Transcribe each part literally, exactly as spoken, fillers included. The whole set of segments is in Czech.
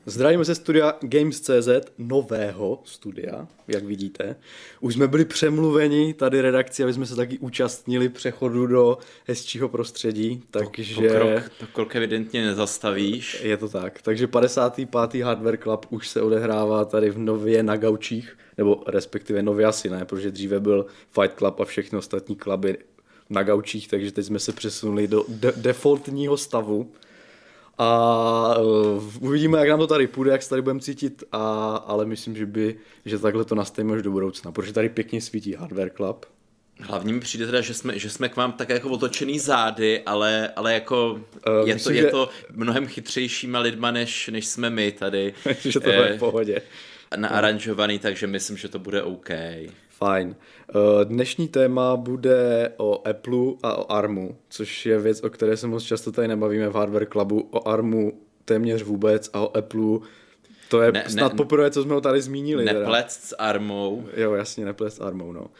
Zdravíme ze studia Games tečka cé zet, nového studia, jak vidíte. Už jsme byli přemluveni tady redakci, aby jsme se taky účastnili přechodu do hezčího prostředí, takže... Pokrok, pokrok evidentně nezastavíš. Je to tak, takže padesátý pátý Hardware Club už se odehrává tady v Nově na gaučích, nebo respektive Nově asi ne, protože dříve byl Fight Club a všechny ostatní kluby na gaučích, takže teď jsme se přesunuli do de- defaultního stavu. A uh, uvidíme, jak nám to tady půjde, jak se tady budeme cítit, a, ale myslím, že by, že takhle to nastavíme už do budoucna, protože tady pěkně svítí Hardware Club. Hlavně mi přijde teda, že jsme, že jsme k vám tak jako otočený zády, ale, ale jako uh, je, myslím, to, je že... to mnohem chytřejšíma lidma, než, než jsme my tady. Že to bude v pohodě. Naaranžovaný, takže myslím, že to bude OK. Fajn. Dnešní téma bude o Apple a o ARMu, což je věc, o které se moc často tady nebavíme v Hardware Clubu. O ARMu téměř vůbec a o Apple to je ne, snad ne, poprvé, co jsme ho tady zmínili. Neplec s ARMou. Jo, jasně, neplec s ARMou, no.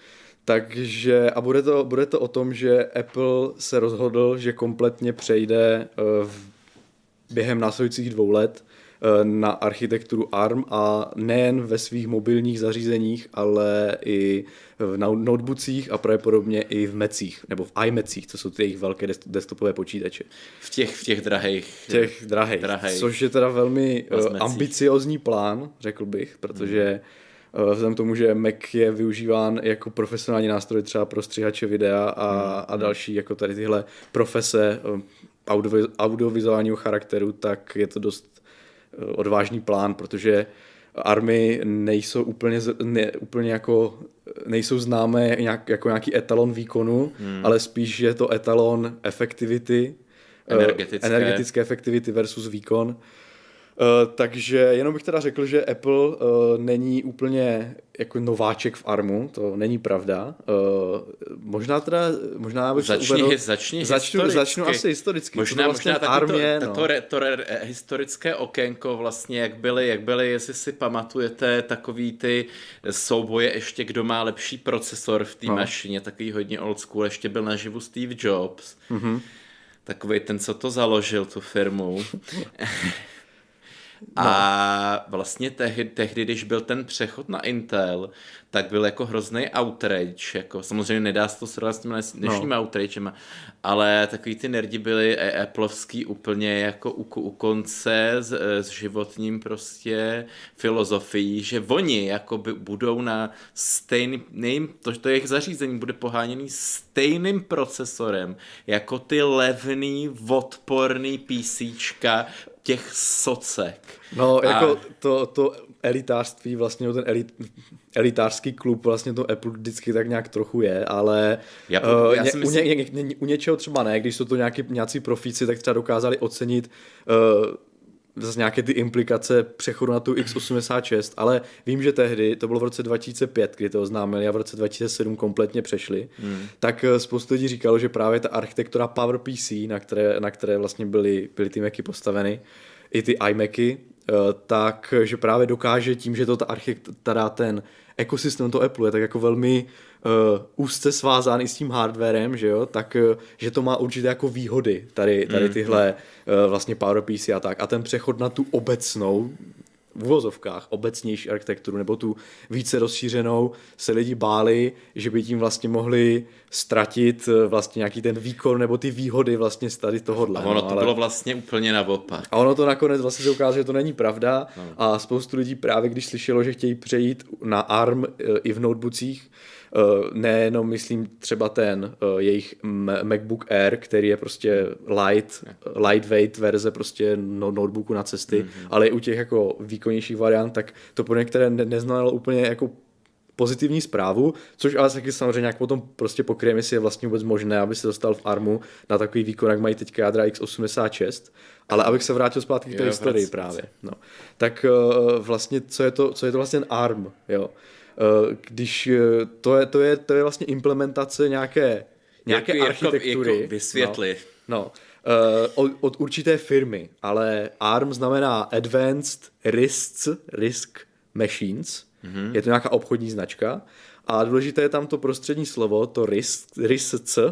Takže a bude to, bude to o tom, že Apple se rozhodl, že kompletně přejde v, během následujících dvou let na architekturu ARM a nejen ve svých mobilních zařízeních, ale i v notebookích a pravděpodobně i v Macích, nebo v iMacích, to jsou ty jejich velké desktopové počítače. V těch, v těch drahých. V těch drahých, drahých. Což je teda velmi ambiciozní plán, řekl bych, protože hmm. vzhledem tomu, že Mac je využíván jako profesionální nástroj třeba pro střihače videa a, hmm. a další jako tady tyhle profese audio, audiovizuálního charakteru, tak je to dost odvážný plán, protože ARMy nejsou úplně, ne, úplně jako, nejsou známé nějak, jako nějaký etalon výkonu, hmm. ale spíš je to etalon efektivity, energetické, energetické efektivity versus výkon. Uh, takže jenom bych teda řekl, že Apple uh, není úplně jako nováček v ARMu, to není pravda. Uh, možná teda, možná bych začni, se uvedl... Začni začnu, historicky. Začnu asi historicky. Možná, vlastně možná ARM to, je, to, no. to, to, to historické okénko vlastně, jak byly, jak byly, jestli si pamatujete, takový ty souboje ještě, kdo má lepší procesor v té no. mašině, takový hodně old school, ještě byl naživu Steve Jobs. Mm-hmm. Takový ten, co to založil, tu firmu. No. A vlastně tehdy, tehdy, když byl ten přechod na Intel, tak byl jako hrozný outrage, jako samozřejmě nedá se to srovnat s těmi dnešními no. outragema, ale takový ty nerdi byli applovský úplně jako u, u konce s, s životním prostě filozofií, že oni jako by budou na stejným, to, to jejich zařízení bude poháněný stejným procesorem, jako ty levný, odporný PCčka těch socek. No, jako a... to, to elitářství, vlastně ten elit, elitářský klub vlastně to Apple vždycky tak nějak trochu je, ale já, uh, já ně, myslím... u, ně, ně, u něčeho třeba ne, když jsou to nějaký, nějací profíci, tak třeba dokázali ocenit uh, zase nějaké ty implikace přechodu na tu iks osmdesát šest, ale vím, že tehdy, to bylo v roce dva tisíce pět, kdy to oznámili a v roce dva tisíce sedm kompletně přešli, hmm. tak spoustu lidí říkalo, že právě ta architektura PowerPC, na které, na které vlastně byly, byly ty Macy postaveny, i ty iMacy, tak že právě dokáže tím, že to ta architektura, ten ekosystém to Apple je tak jako velmi uh, úzce svázán i s tím hardwarem, že jo, tak uh, že to má určité jako výhody tady, tady tyhle uh, vlastně PowerPC a tak. A ten přechod na tu obecnou v uvozovkách obecnější architekturu nebo tu více rozšířenou se lidi báli, že by tím vlastně mohli ztratit vlastně nějaký ten výkon nebo ty výhody vlastně z tady tohohle. A ono to ale... bylo vlastně úplně naopak. A ono to nakonec vlastně se ukázalo, že to není pravda no. a spoustu lidí právě když slyšelo, že chtějí přejít na ARM i v notebookích, nejenom myslím třeba ten jejich MacBook Air, který je prostě light, lightweight verze prostě notebooku na cesty, mm-hmm. ale i u těch jako výkonnějších variant, tak to pro některé neznamenalo úplně jako pozitivní zprávu, což ale taky samozřejmě nějak potom prostě pokryjeme, jestli je vlastně vůbec možné, aby se dostal v ARMu na takový výkon, jak mají teďka jádra iks osmdesát šest, ale abych se vrátil zpátky k té historii právě. No. Tak vlastně, co je to, co je to vlastně ARM, jo? Když to je, to je, to je vlastně implementace nějaké, nějaké jako, architektury. Jako vysvětli. No, no, od, od určité firmy, ale ARM znamená Advanced Risks, Risk Machines. Mm-hmm. Je to nějaká obchodní značka a důležité je tam to prostřední slovo, to risk, risc,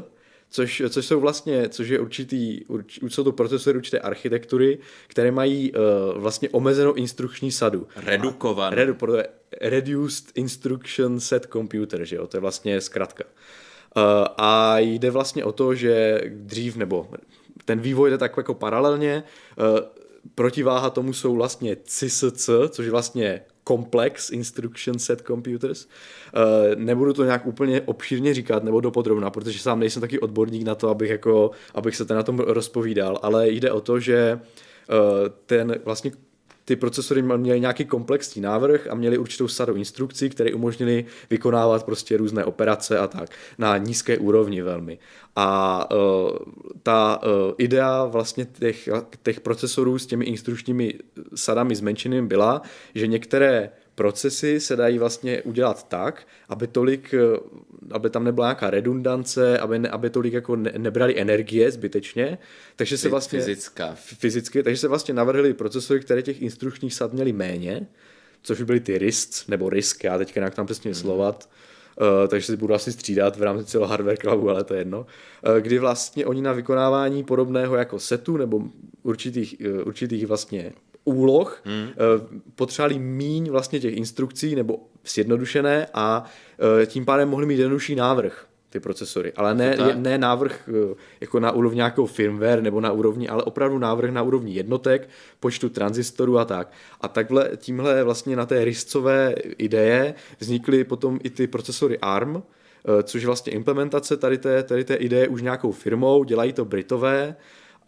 což, což jsou vlastně, což je určitý, urč, jsou to procesory určité architektury, které mají uh, vlastně omezenou instrukční sadu. Redukovanou. Redu, reduced Instruction Set Computer, že jo, to je vlastně zkratka. Uh, a jde vlastně o to, že dřív, nebo ten vývoj jde tak jako paralelně, uh, protiváha tomu jsou vlastně C I S C, což je vlastně Complex Instruction Set Computers. Uh, nebudu to nějak úplně obšírně říkat nebo dopodrobna, protože sám nejsem taky odborník na to, abych, jako, abych se ten na tom rozpovídal, ale jde o to, že uh, ten vlastně ty procesory měly nějaký komplexní návrh a měly určitou sadu instrukcí, které umožnily vykonávat prostě různé operace a tak na nízké úrovni velmi. A uh, ta uh, idea vlastně těch, těch procesorů s těmi instrukčními sadami zmenšenými byla, že některé procesy se dají vlastně udělat tak, aby tolik, aby tam nebyla nějaká redundance, aby, ne, aby tolik jako ne, nebrali energie zbytečně, takže se vlastně fyzická. fyzicky, takže se vlastně navrhly procesory, které těch instrukčních sad měly méně, což byly ty R I S C, nebo R I S C, já teďka nějak tam přesně vyslovat, hmm. uh, takže si budu asi střídat v rámci celého hardware clubu, ale to je jedno, uh, kdy vlastně oni na vykonávání podobného jako setu, nebo určitých, uh, určitých vlastně úloh, hmm. potřebovali míň vlastně těch instrukcí nebo zjednodušené a tím pádem mohli mít jednodušší návrh ty procesory, ale ne, ne návrh jako na úrovni nějakého firmware nebo na úrovni, ale opravdu návrh na úrovni jednotek, počtu tranzistorů a tak. A takhle tímhle vlastně na té RISCové ideje vznikly potom i ty procesory A R M, což je vlastně implementace tady té, tady té ideje už nějakou firmou, dělají to Britové,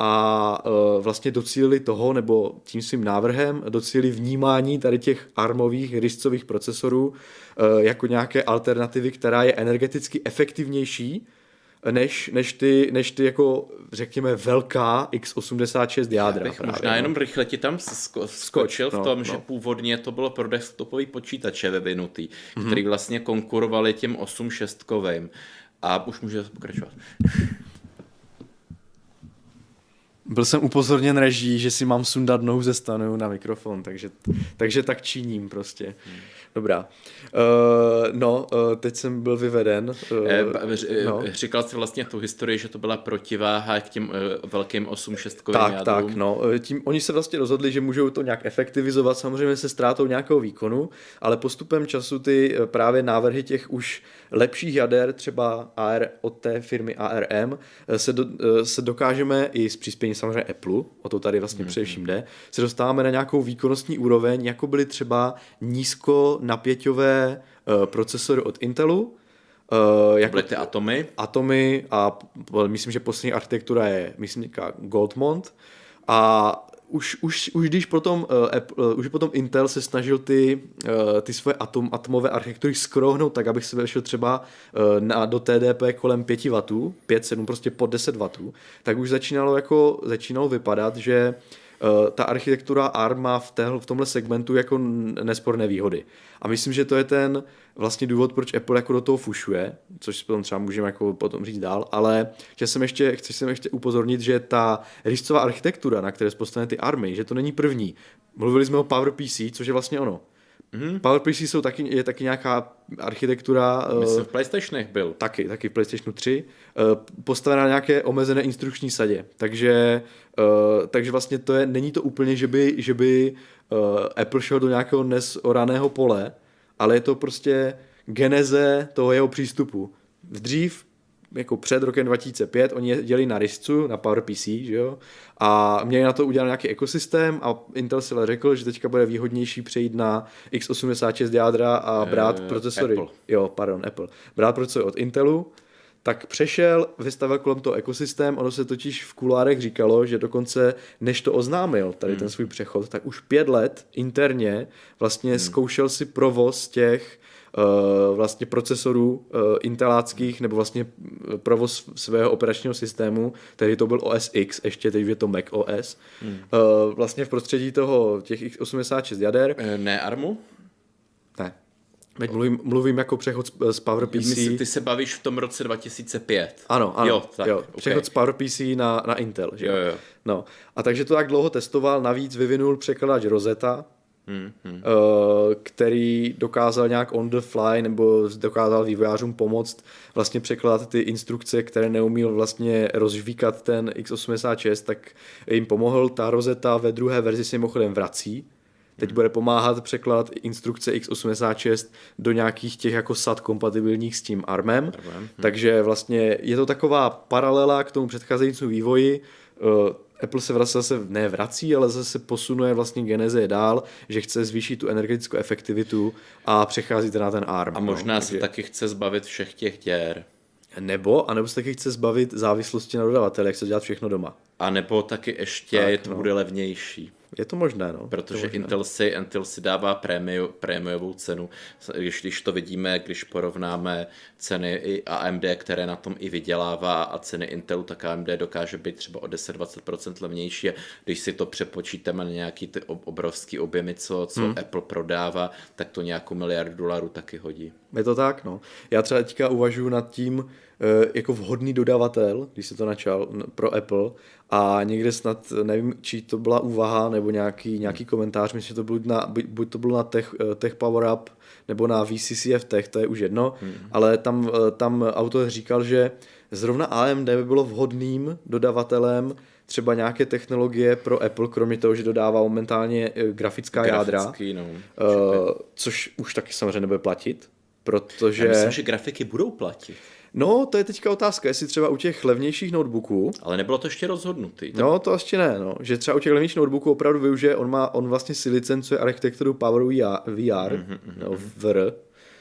a uh, vlastně docílili toho, nebo tím svým návrhem docílili vnímání tady těch armových riscových procesorů uh, jako nějaké alternativy, která je energeticky efektivnější než, než, ty, než ty jako řekněme velká X osmdesát šest jádra. Já bych právě, možná no. jenom rychle ti tam sko- skočil no, v tom, no. že původně to bylo pro desktopový počítače vyvinutý, mm-hmm. který vlastně konkurovali těm osm šestkovým. A už může pokračovat. Byl jsem upozorněn reží, že si mám sundat nohu ze stanu na mikrofon, takže, takže tak činím prostě. Hmm. Dobrá. Uh, no, uh, teď jsem byl vyveden. Uh, e, no. Říkal jsi vlastně tu historii, že to byla protiváha k těm uh, velkým osm šestkovým tak, jádrům. Tak, no. Tím, oni se vlastně rozhodli, že můžou to nějak efektivizovat, samozřejmě se ztrátou nějakého výkonu, ale postupem času ty právě návrhy těch už lepších jader, třeba A R, od té firmy A R M, se, do, se dokážeme i s přispěním samozřejmě Apple, o to tady vlastně mm-hmm. především jde, se dostáváme na nějakou výkonnostní úroveň, jako byly třeba nízko napěťové uh, procesory od Intelu. Uh, jako byly ty atomy. Atomy a myslím, že poslední architektura je, myslím, nějaká Goldmont. A už, už, už když potom, uh, Apple, uh, už potom Intel se snažil ty, uh, ty svoje atom, atomové architektury skrohnout tak, abych se vešel třeba uh, na, do T D P kolem pět wattů, pět sedm, prostě pod deset wattů, tak už začínalo, jako, začínalo vypadat, že Uh, ta architektura A R M má v, téhle, v tomhle segmentu jako nesporné výhody. A myslím, že to je ten vlastně důvod, proč Apple jako do toho fušuje, což potom třeba můžeme jako potom říct dál, ale chci jsem ještě, chci jsem ještě upozornit, že ta riscová architektura, na které postavené ty A R M, že to není první. Mluvili jsme o PowerPC, což je vlastně ono. Mm-hmm. PowerPC jsou taky, je taky nějaká architektura. Myslím, v PlayStationech byl. Taky, taky v PlayStationu tři. Postavená na nějaké omezené instrukční sadě. Takže, takže vlastně to je, není to úplně, že by, že by Apple šel do nějakého nesoraného pole, ale je to prostě geneze toho jeho přístupu. Dřív, jako před rokem dva tisíce pět, oni dělali na RISCu, na PowerPC, že jo? A měli na to udělat nějaký ekosystém a Intel si řekl, že teďka bude výhodnější přejít na X osmdesát šest jádra a brát uh, procesory. Apple. Jo, pardon, Apple. Brát procesory od Intelu, tak přešel, vystavil kolem toho ekosystém, ono se totiž v kulárech říkalo, že dokonce než to oznámil, tady hmm. ten svůj přechod, tak už pět let interně vlastně hmm. zkoušel si provoz těch Uh, vlastně procesorů uh, inteláckých nebo vlastně provoz svého operačního systému, tedy to byl O S X, ještě teď je to Mac O S, hmm. uh, vlastně v prostředí toho těch X osmdesát šest jader. E, ne A R M U? Ne. Teď mluvím, mluvím jako přechod z, z PowerPC. Mysl, ty se bavíš v tom roce dva tisíce pět. Ano, ano. Jo, tak, jo. Okay. Přechod z PowerPC na, na Intel. Že? Jo, jo. No. A takže to tak dlouho testoval, navíc vyvinul překladač Rosetta, hmm, hmm. který dokázal nějak on the fly nebo dokázal vývojářům pomoct vlastně překládat ty instrukce, které neuměl vlastně rozžvíkat ten iks osmdesát šest, tak jim pomohl. Ta Rosetta ve druhé verzi se mimochodem vrací. Teď bude pomáhat překládat instrukce iks osmdesát šest do nějakých těch jako S A T kompatibilních s tím ARMem. Armem. Hmm. Takže vlastně je to taková paralela k tomu předcházejícímu vývoji. Apple se vlastně zase ne vrací, ale zase posunuje vlastně geneze dál, že chce zvýšit tu energetickou efektivitu a přechází na ten ARM. A možná no, se takže... taky chce zbavit všech těch děr. Nebo, anebo se taky chce zbavit závislosti na dodavateli, jak se dělat všechno doma. A nebo taky ještě tak, to no. bude levnější. Je to možné, no. Protože možné. Intel si, Intel si dává prémiu, prémiovou cenu. Když, když to vidíme, když porovnáme ceny i A M D, které na tom i vydělává, a ceny Intelu, tak A M D dokáže být třeba o deset až dvacet procent levnější. A když si to přepočítáme na nějaký ty obrovský objemy, co, co hmm. Apple prodává, tak to nějakou miliardu dolarů taky hodí. Je to tak, no. Já třeba teďka uvažuji nad tím, jako vhodný dodavatel, když se to načal pro Apple, a někde snad, nevím, či to byla úvaha nebo nějaký, nějaký komentář, myslím, že to bylo na, buď to bylo na Tech, Tech Power Up nebo na V C C F Tech, to je už jedno, hmm. ale tam, tam autor říkal, že zrovna A M D by bylo vhodným dodavatelem třeba nějaké technologie pro Apple, kromě toho, že dodává momentálně grafická Grafický, jádra, no, uh, což už taky samozřejmě nebude platit, protože... Já myslím, že grafiky budou platit. No, to je teďka otázka, jestli třeba u těch levnějších notebooků... Ale nebylo to ještě rozhodnutý. Tak... No, to ještě ne, no. Že třeba u těch levnějších notebooků opravdu využije, on má, on vlastně si licencuje architekturu Power V R, mm-hmm, no, V R, uh,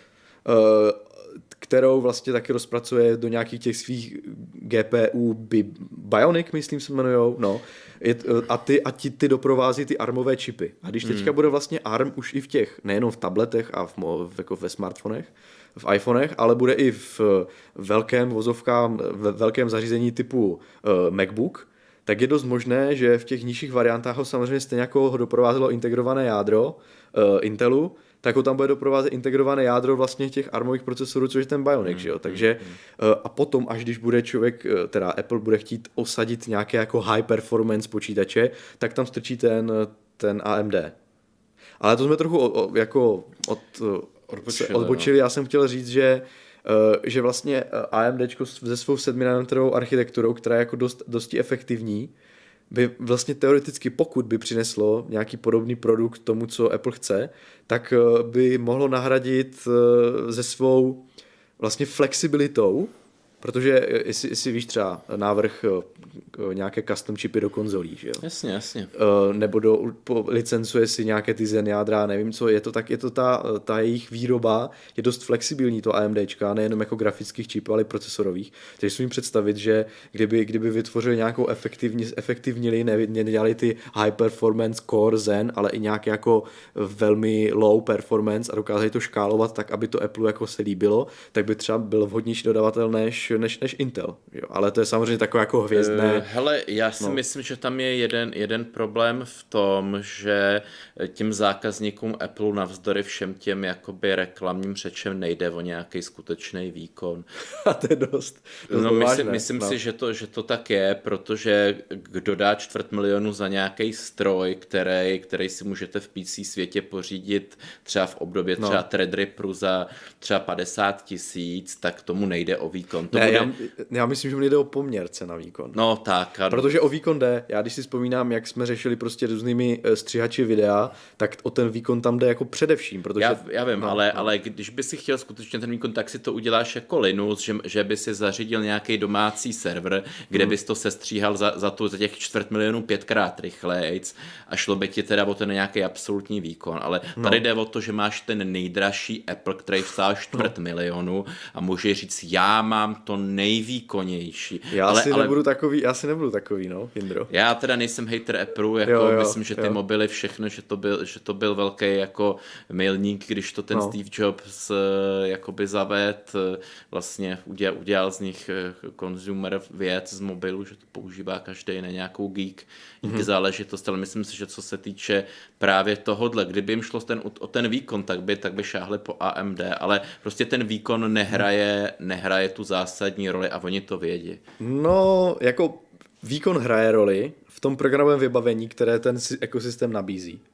kterou vlastně taky rozpracuje do nějakých těch svých G P U Bi- Bionic, myslím se jmenujou, no. Je, a ty, a ti ty doprovází ty ARMové čipy. A když teďka mm. bude vlastně ARM už i v těch, nejenom v tabletech a v, v, jako ve smartfonech, v iPhonech, ale bude i v velkém vozovkám, v velkém zařízení typu uh, MacBook, tak je dost možné, že v těch nižších variantách ho samozřejmě stejně jako ho doprovázelo integrované jádro uh, Intelu, tak ho tam bude doprovázet integrované jádro vlastně těch ARMových procesorů, což je ten Bionic, mm, že jo? Takže mm, uh, a potom, až když bude člověk, uh, teda Apple bude chtít osadit nějaké jako high performance počítače, tak tam strčí ten, ten A M D. Ale to jsme trochu o, o, jako od... Odbočili, odbočili. Já jsem chtěl říct, že, uh, že vlastně AMDčko se svou sedminanometrovou architekturou, která je jako dost, dosti efektivní, by vlastně teoreticky, pokud by přineslo nějaký podobný produkt tomu, co Apple chce, tak uh, by mohlo nahradit uh, ze svou vlastně flexibilitou, protože jestli, jestli víš třeba návrh nějaké custom čipy do konzolí, že jo? Jasně, jasně. Nebo do, po, licencuje si nějaké ty Zen jádra, nevím co, je to tak, je to ta, ta jejich výroba, je dost flexibilní to AMDčka, nejenom jako grafických čipů, ale i procesorových. Takže si mi představit, že kdyby, kdyby vytvořili nějakou efektivní, efektivnili, nedělali ty high performance core Zen, ale i nějaké jako velmi low performance a dokázali to škálovat tak, aby to Apple jako se líbilo, tak by třeba byl vhodnější dodavatel než Než, než Intel, jo. Ale to je samozřejmě takové jako hvězdné. Uh, hele, já si no. myslím, že tam je jeden, jeden problém v tom, že těm zákazníkům Apple navzdory všem těm jakoby reklamním řečem nejde o nějaký skutečný výkon. A to je dost, dost no, myslím, myslím no. si, že to, že to tak je, protože kdo dá čtvrt milionu za nějaký stroj, který, který si můžete v P C světě pořídit třeba v období třeba no. Threadripperu za třeba padesát tisíc, tak tomu nejde o výkon. To ne, bude... já, já myslím, že mi jde o poměr cena výkon. No tak. Ano. Protože o výkon jde. Já když si vzpomínám, jak jsme řešili prostě různými stříhači videa, tak o ten výkon tam jde jako především. Protože... Já, já vím, no, ale, no. ale když by si chtěl skutečně ten výkon, tak si to uděláš jako Linux, že, že by si zařídil nějaký domácí server, kde hmm. bys to sestříhal za, za, tu, za těch čtvrt milionu pětkrát rychlejc a šlo by ti teda o ten nějaký absolutní výkon. Ale tady no. jde o to, že máš ten nejdražší Apple, který stál čtvrt no. milionu a můžeš říct, já mám to nejvýkonnější. Já ale, si ale... nebudu takový, já si nebudu takový, no, Jindro. Já teda nejsem hater Apple, jako jo, jo, myslím, že ty jo. mobily všechno, že to byl, že to byl velký jako milník, když to ten no. Steve Jobs jakoby zaved, vlastně udělal, udělal z nich consumer věc z mobilu, že to používá každý na nějakou geek, geek mm-hmm. záležitost, ale myslím si, že co se týče právě tohodle, kdyby jim šlo ten, o ten výkon, tak by, tak by šáhli po A M D, ale prostě ten výkon nehraje, nehraje tu zásadní roli a oni to vědí. No, jako výkon hraje roli v tom programovém vybavení, které ten ekosystém nabízí.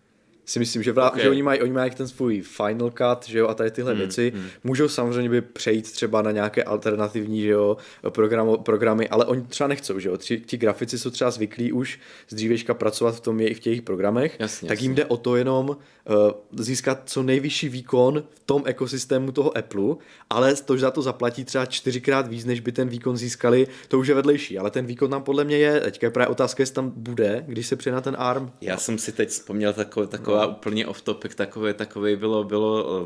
si myslím, že, vlá, okay. že oni mají, oni mají ten svůj Final Cut, že jo, a tady tyhle hmm, věci. Hmm. Můžou samozřejmě by přejít třeba na nějaké alternativní, že jo, program, programy, ale oni třeba nechcou, že jo. Ti, ti grafici jsou třeba zvyklí už z dřívějška pracovat v tom v těch programech, jasně, tak jim jasně. jde o to jenom uh, získat co nejvyšší výkon v tom ekosystému toho Apple, ale to, že za to zaplatí třeba čtyřikrát víc, než by ten výkon získali, to už je vedlejší, ale ten výkon tam podle mě je. Teďka je právě otázka, jestli tam bude, když se přijde na ten A R M. Já jsem si teď vzpomněl takový, taková no. úplně off topic, takový, takový bylo, bylo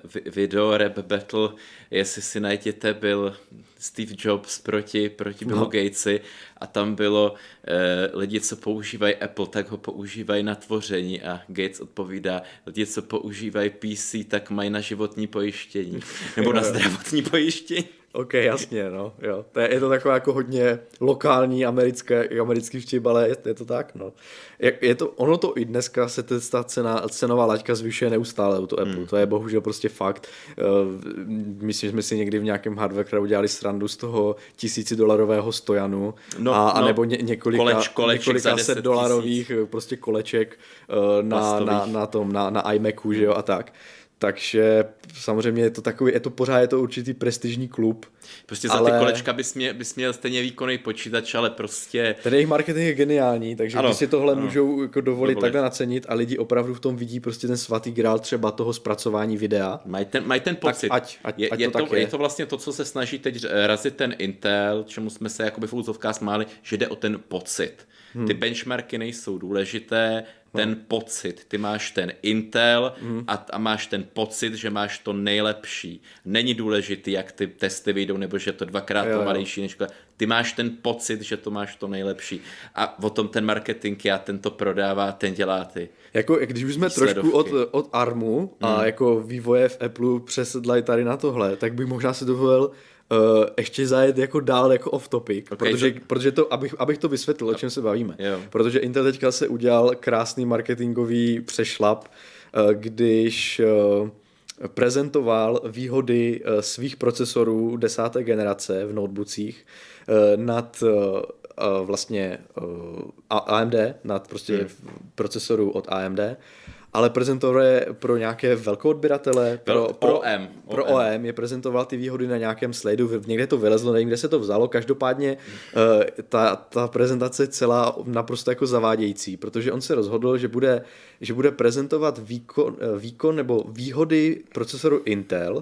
video rap battle, jestli si najděte, byl Steve Jobs proti, proti Billu no. Gatesi a tam bylo eh, lidi, co používají Apple, tak ho používají na tvoření a Gates odpovídá, lidi, co používají P C, tak mají na životní pojištění nebo na zdravotní pojištění. Ok, jasně, no, jo. To je, je to takové jako hodně lokální americké, americký vtip, ale je, je to tak, no. Je, je to, ono to i dneska se ta cena, cenová laťka zvyšuje neustále u toho Apple, hmm. to je bohužel prostě fakt. Uh, myslím, že jsme si někdy v nějakém hardware udělali srandu z toho tisíci dolarového stojanu no, a, a no, nebo ně, několika, koleč, několika set dolarových prostě koleček uh, na, na, na tom, na, na iMacu, že jo, a tak. Takže samozřejmě je to takový, je to pořád je to určitý prestižní klub. Prostě za ale... ty kolečka bys měl, bys měl stejně výkonný počítač, ale prostě... Ten jejich marketing je geniální, takže ano, když si tohle ano, můžou jako dovolit, dovolit takhle nacenit a lidi opravdu v tom vidí prostě ten svatý grál třeba toho zpracování videa. Mají ten, maj ten pocit. Ať, ať, je, ať je, to, to, je. je to vlastně to, co se snaží teď razit ten Intel, čemu jsme se jakoby v úzovkách smáli, že jde o ten pocit. Hmm. Ty benchmarky nejsou důležité, ten no. pocit, ty máš ten Intel mm. a, a máš ten pocit, že máš to nejlepší. Není důležitý, jak ty testy vyjdou, nebo že je to dvakrát jo, pomalejší. Než... Ty máš ten pocit, že to máš to nejlepší. A o tom ten marketing a ten to prodává, ten dělá ty. Jako, když už jsme trošku od, od ARMu a mm. jako vývoje v Apple přesedlají tady na tohle, tak bych možná si dovolil Uh, ještě zajet jako dál jako off topic, okay, protože, to... protože to, abych, abych to vysvětlil, o čem se bavíme. Jo. Protože Intel teďka se udělal krásný marketingový přešlap, uh, když uh, prezentoval výhody uh, svých procesorů desáté generace v notebookích uh, nad uh, uh, vlastně uh, A M D, nad prostě hmm. procesorů od A M D. Ale prezentoval je pro nějaké velkoodběratele, pro, pro, O M. pro O M je prezentoval ty výhody na nějakém slajdu, někde to vylezlo, nevím, kde se to vzalo, každopádně uh, ta, ta prezentace je celá naprosto jako zavádějící, protože on se rozhodl, že bude, že bude prezentovat výkon, výkon nebo výhody procesoru Intel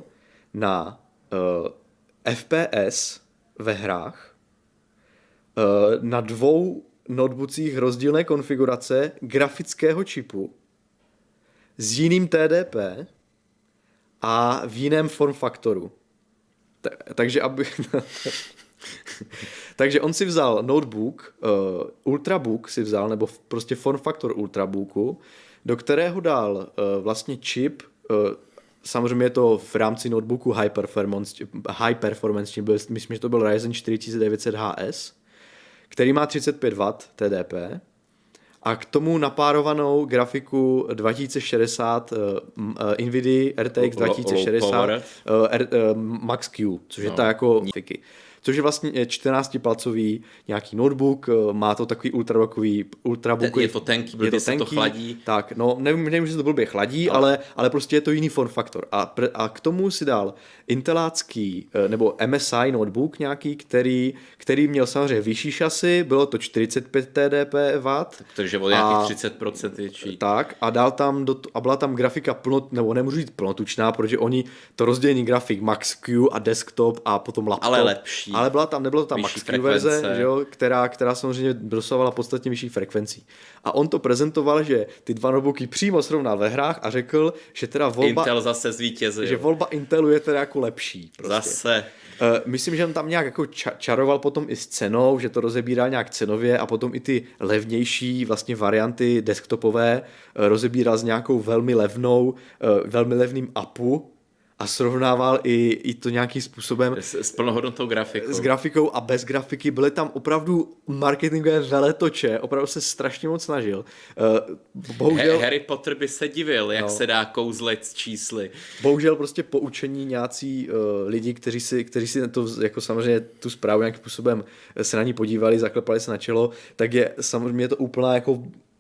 na uh, F P S ve hrách uh, na dvou notebookích rozdílné konfigurace grafického čipu s jiným T D P a v jiném form faktoru. Ta, takže aby... takže on si vzal notebook, uh, Ultrabook si vzal, nebo prostě form faktor Ultrabooku, do kterého dal uh, vlastně čip, uh, samozřejmě je to v rámci notebooku high performance, high performance čip, myslím, že to byl Ryzen čtyři devět set H S, který má třicet pět wattů T D P, a k tomu napárovanou grafiku dva tisíce šedesát uh, uh, NVIDIA R T X dva tisíce šedesát uh, R, uh, Max Q, což no. je ta jako grafiky. Což je vlastně čtrnáctipalcový nějaký notebook, má to takový ultrabookový, ultrabookový. Je to tenký, blbě se to chladí. Tak, no, nevím, nevím, že se to blbě chladí, ale, ale, ale prostě je to jiný form faktor. A, pre, a k tomu si dal intelácký, nebo M S I notebook nějaký, který, který měl samozřejmě vyšší šasy, bylo to čtyřicet pět T D P watt. Takže o nějakých třicet procent větší. Tak, a dal tam do, a byla tam grafika plno, nebo nemůžu říct plnotučná, protože oni to rozdělení grafik Max Q a desktop a potom laptop. Ale lepší. Ale byla tam, nebyla tam Max Q verze, že jo, která, která samozřejmě dosahovala podstatně vyšších frekvencí. A on to prezentoval, že ty dva notebooky přímo srovnal ve hrách a řekl, že teda volba... Intel zase zvítězil. Že volba Intelu je teda jako lepší. Prostě. Zase. Uh, myslím, že on tam nějak jako ča- čaroval potom i s cenou, že to rozebíral nějak cenově a potom i ty levnější vlastně varianty desktopové uh, rozebíral s nějakou velmi levnou, uh, velmi levným appu, a srovnával i, i to nějakým způsobem s, s plnohodnotnou grafikou. S grafikou a bez grafiky. Byly tam opravdu marketingové veletoče, opravdu se strašně moc snažil. Uh, bohužel... Harry Potter by se divil, jak no. se dá kouzlet s čísly. Bohužel prostě poučení nějací uh, lidi, kteří si, kteří si to, jako samozřejmě tu zprávu nějakým způsobem se na ní podívali, zaklepali se na čelo, tak je samozřejmě to úplná jako v,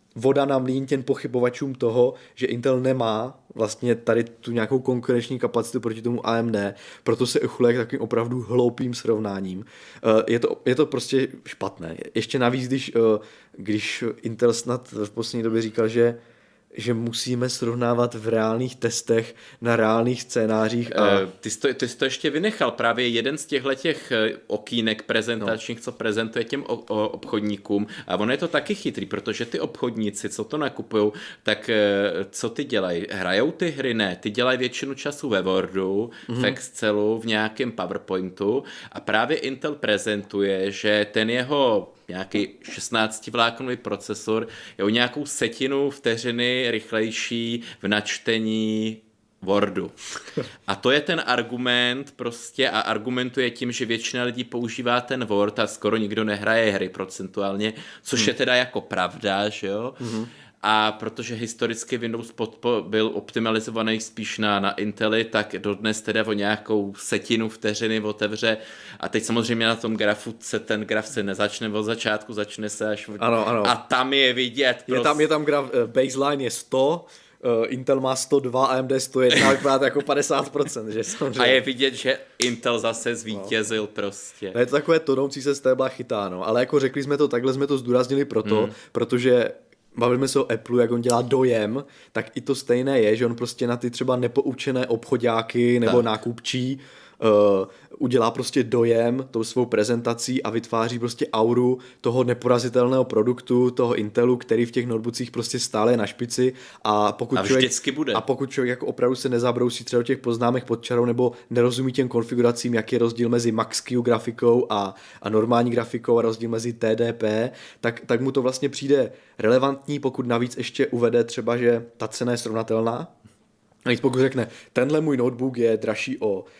voda na mlýn těm pochybovačům toho, že Intel nemá vlastně tady tu nějakou konkurenční kapacitu proti tomu A M D, proto se uchyluje k takovým opravdu hloupým srovnáním. Je to, je to prostě špatné. Ještě navíc, když, když Intel snad v poslední době říkal, že že musíme srovnávat v reálných testech na reálných scénářích. A... Ty, jsi to, ty jsi to ještě vynechal. Právě jeden z těchto těch okýnek prezentačních, no. co prezentuje těm o, o, obchodníkům. A ono je to taky chytrý, protože ty obchodníci, co to nakupují, tak co ty dělají? Hrajou ty hry? Ne. Ty dělají většinu času ve Wordu, mm-hmm. v Excelu, v nějakém PowerPointu a právě Intel prezentuje, že ten jeho nějaký šestnáctivláknový procesor je o nějakou setinu vteřiny rychlejší v načtení Wordu. A to je ten argument prostě a argumentuje tím, že většina lidí používá ten Word a skoro nikdo nehraje hry procentuálně, což hmm. je teda jako pravda, že jo? Hmm. A protože historicky Windows podpo- byl optimalizovaný spíš na, na Intely, tak dodnes teda o nějakou setinu vteřiny otevře. A teď samozřejmě na tom grafu se ten graf se nezačne od začátku, začne se až... Ano, ano. A tam je vidět. Je prostě... tam, je tam graf, baseline je sto, uh, Intel má sto dva, A M D sto jedna, vypadá jako padesát procent, že samozřejmě. A je vidět, že Intel zase zvítězil no. prostě. No je to takové tonoucí se stébla chytá, no. Ale jako řekli jsme to, takhle jsme to zdůraznili proto, hmm. protože bavíme se o Apple, jak on dělá dojem, tak i to stejné je, že on prostě na ty třeba nepoučené obchodáky nebo tak. nákupčí uh, udělá prostě dojem tou svou prezentací a vytváří prostě auru toho neporazitelného produktu, toho Intelu, který v těch notebookcích prostě stále je na špici a pokud a člověk, vždycky bude. A pokud člověk jako opravdu se nezabrousí třeba do těch poznámek pod čarou nebo nerozumí těm konfiguracím, jaký je rozdíl mezi Max-Q grafikou a, a normální grafikou a rozdíl mezi T D P, tak, tak mu to vlastně přijde relevantní, pokud navíc ještě uvede třeba, že ta cena je srovnatelná. A pokud řekne, tenhle můj notebook je dražší o, uh,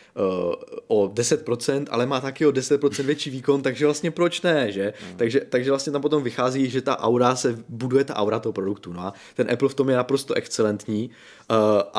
o deset procent, ale má taky o deset procent větší výkon, takže vlastně proč ne, že? Mm. Takže, takže vlastně tam potom vychází, že ta aura se, buduje ta aura toho produktu. No a ten Apple v tom je naprosto excelentní uh,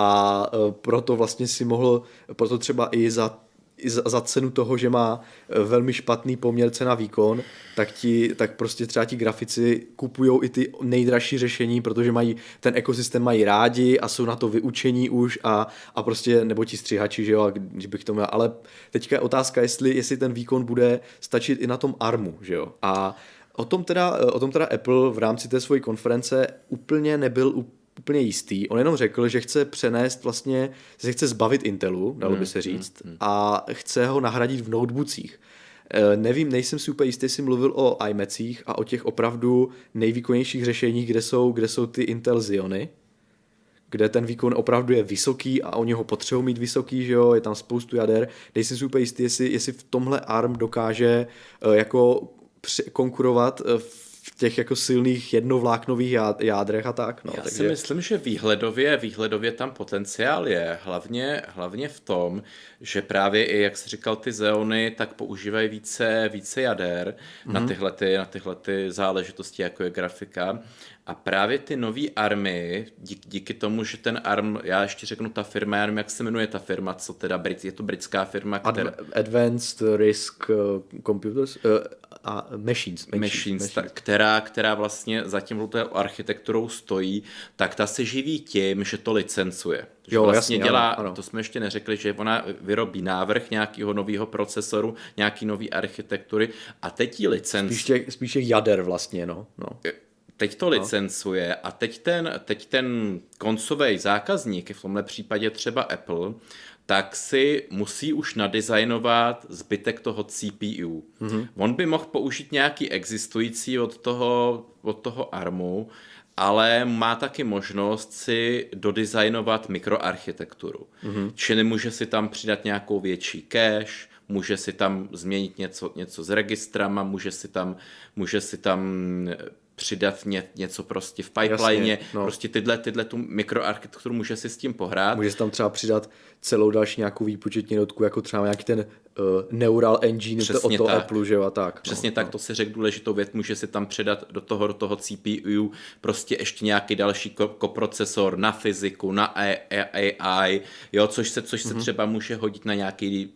a uh, proto vlastně si mohl, proto třeba i za za cenu toho, že má velmi špatný poměr cena výkon, tak, ti, tak prostě třeba ti grafici kupujou i ty nejdražší řešení, protože mají ten ekosystém mají rádi a jsou na to vyučení už a, a prostě, nebo ti střihači, že jo, když bych to měl, ale teďka je otázka, jestli, jestli ten výkon bude stačit i na tom ARMu, že jo, a o tom teda, o tom teda Apple v rámci té své konference úplně nebyl úplně úplně jistý. On jenom řekl, že chce přenést vlastně, že se chce zbavit Intelu, dalo by se říct, mm, mm. a chce ho nahradit v notebookcích. E, nevím, nejsem si úplně jistý, jestli mluvil o iMacích a o těch opravdu nejvýkonnějších řešeních, kde jsou, kde jsou ty Intel Xeony, kde ten výkon opravdu je vysoký a oni ho potřebují mít vysoký, že jo, je tam spoustu jader. Nejsem si úplně jistý, jestli, jestli v tomhle ARM dokáže e, jako konkurovat v v těch jako silných jednovláknových jádrech a tak. No, Já takže... si myslím, že výhledově, výhledově tam potenciál je. Hlavně, hlavně v tom, že právě i, jak jsi říkal, ty Xeony, tak používají více, více jader mm-hmm. na, tyhle ty, na tyhle ty záležitosti, jako je grafika. A právě ty nový ARMy, díky, díky tomu, že ten ARM, já ještě řeknu ta firma, já nevím, jak se jmenuje ta firma, co teda, Brit, je to britská firma, která... Adv- Advanced Risk Computers, uh, a Machines. Machines, machines ta, která, která vlastně za tím architekturou stojí, tak ta se živí tím, že to licencuje. Že jo, vlastně jasně, dělá, ano, ano. To jsme ještě neřekli, že ona vyrobí návrh nějakého nového procesoru, nějaký nový architektury a teď ji licencuje. Spíš těch, spíš těch jader vlastně, no. no. Teď to licencuje a teď ten, teď ten koncový zákazník, v tomhle případě třeba Apple, tak si musí už nadizajnovat zbytek toho C P U. Mm-hmm. On by mohl použít nějaký existující od toho, od toho ARMu, ale má taky možnost si dodizajnovat mikroarchitekturu. Mm-hmm. Čili může si tam přidat nějakou větší cache, může si tam změnit něco, něco s registrama, může si tam, může si tam přidat ně, něco prostě v pipeline, Jasně, no. prostě tyhle, tyhle tu mikroarchitekturu může si s tím pohrát. Může si tam třeba přidat celou další nějakou výpočetní jednotku, jako třeba nějaký ten uh, neural engine od toho Apple, že jo, a tak. Přesně no, tak, no. to si řekl důležitou věc, může si tam přidat do toho, do toho C P U prostě ještě nějaký další koprocesor na fyziku, na A I, jo, což se, což se mm-hmm. třeba může hodit na nějaký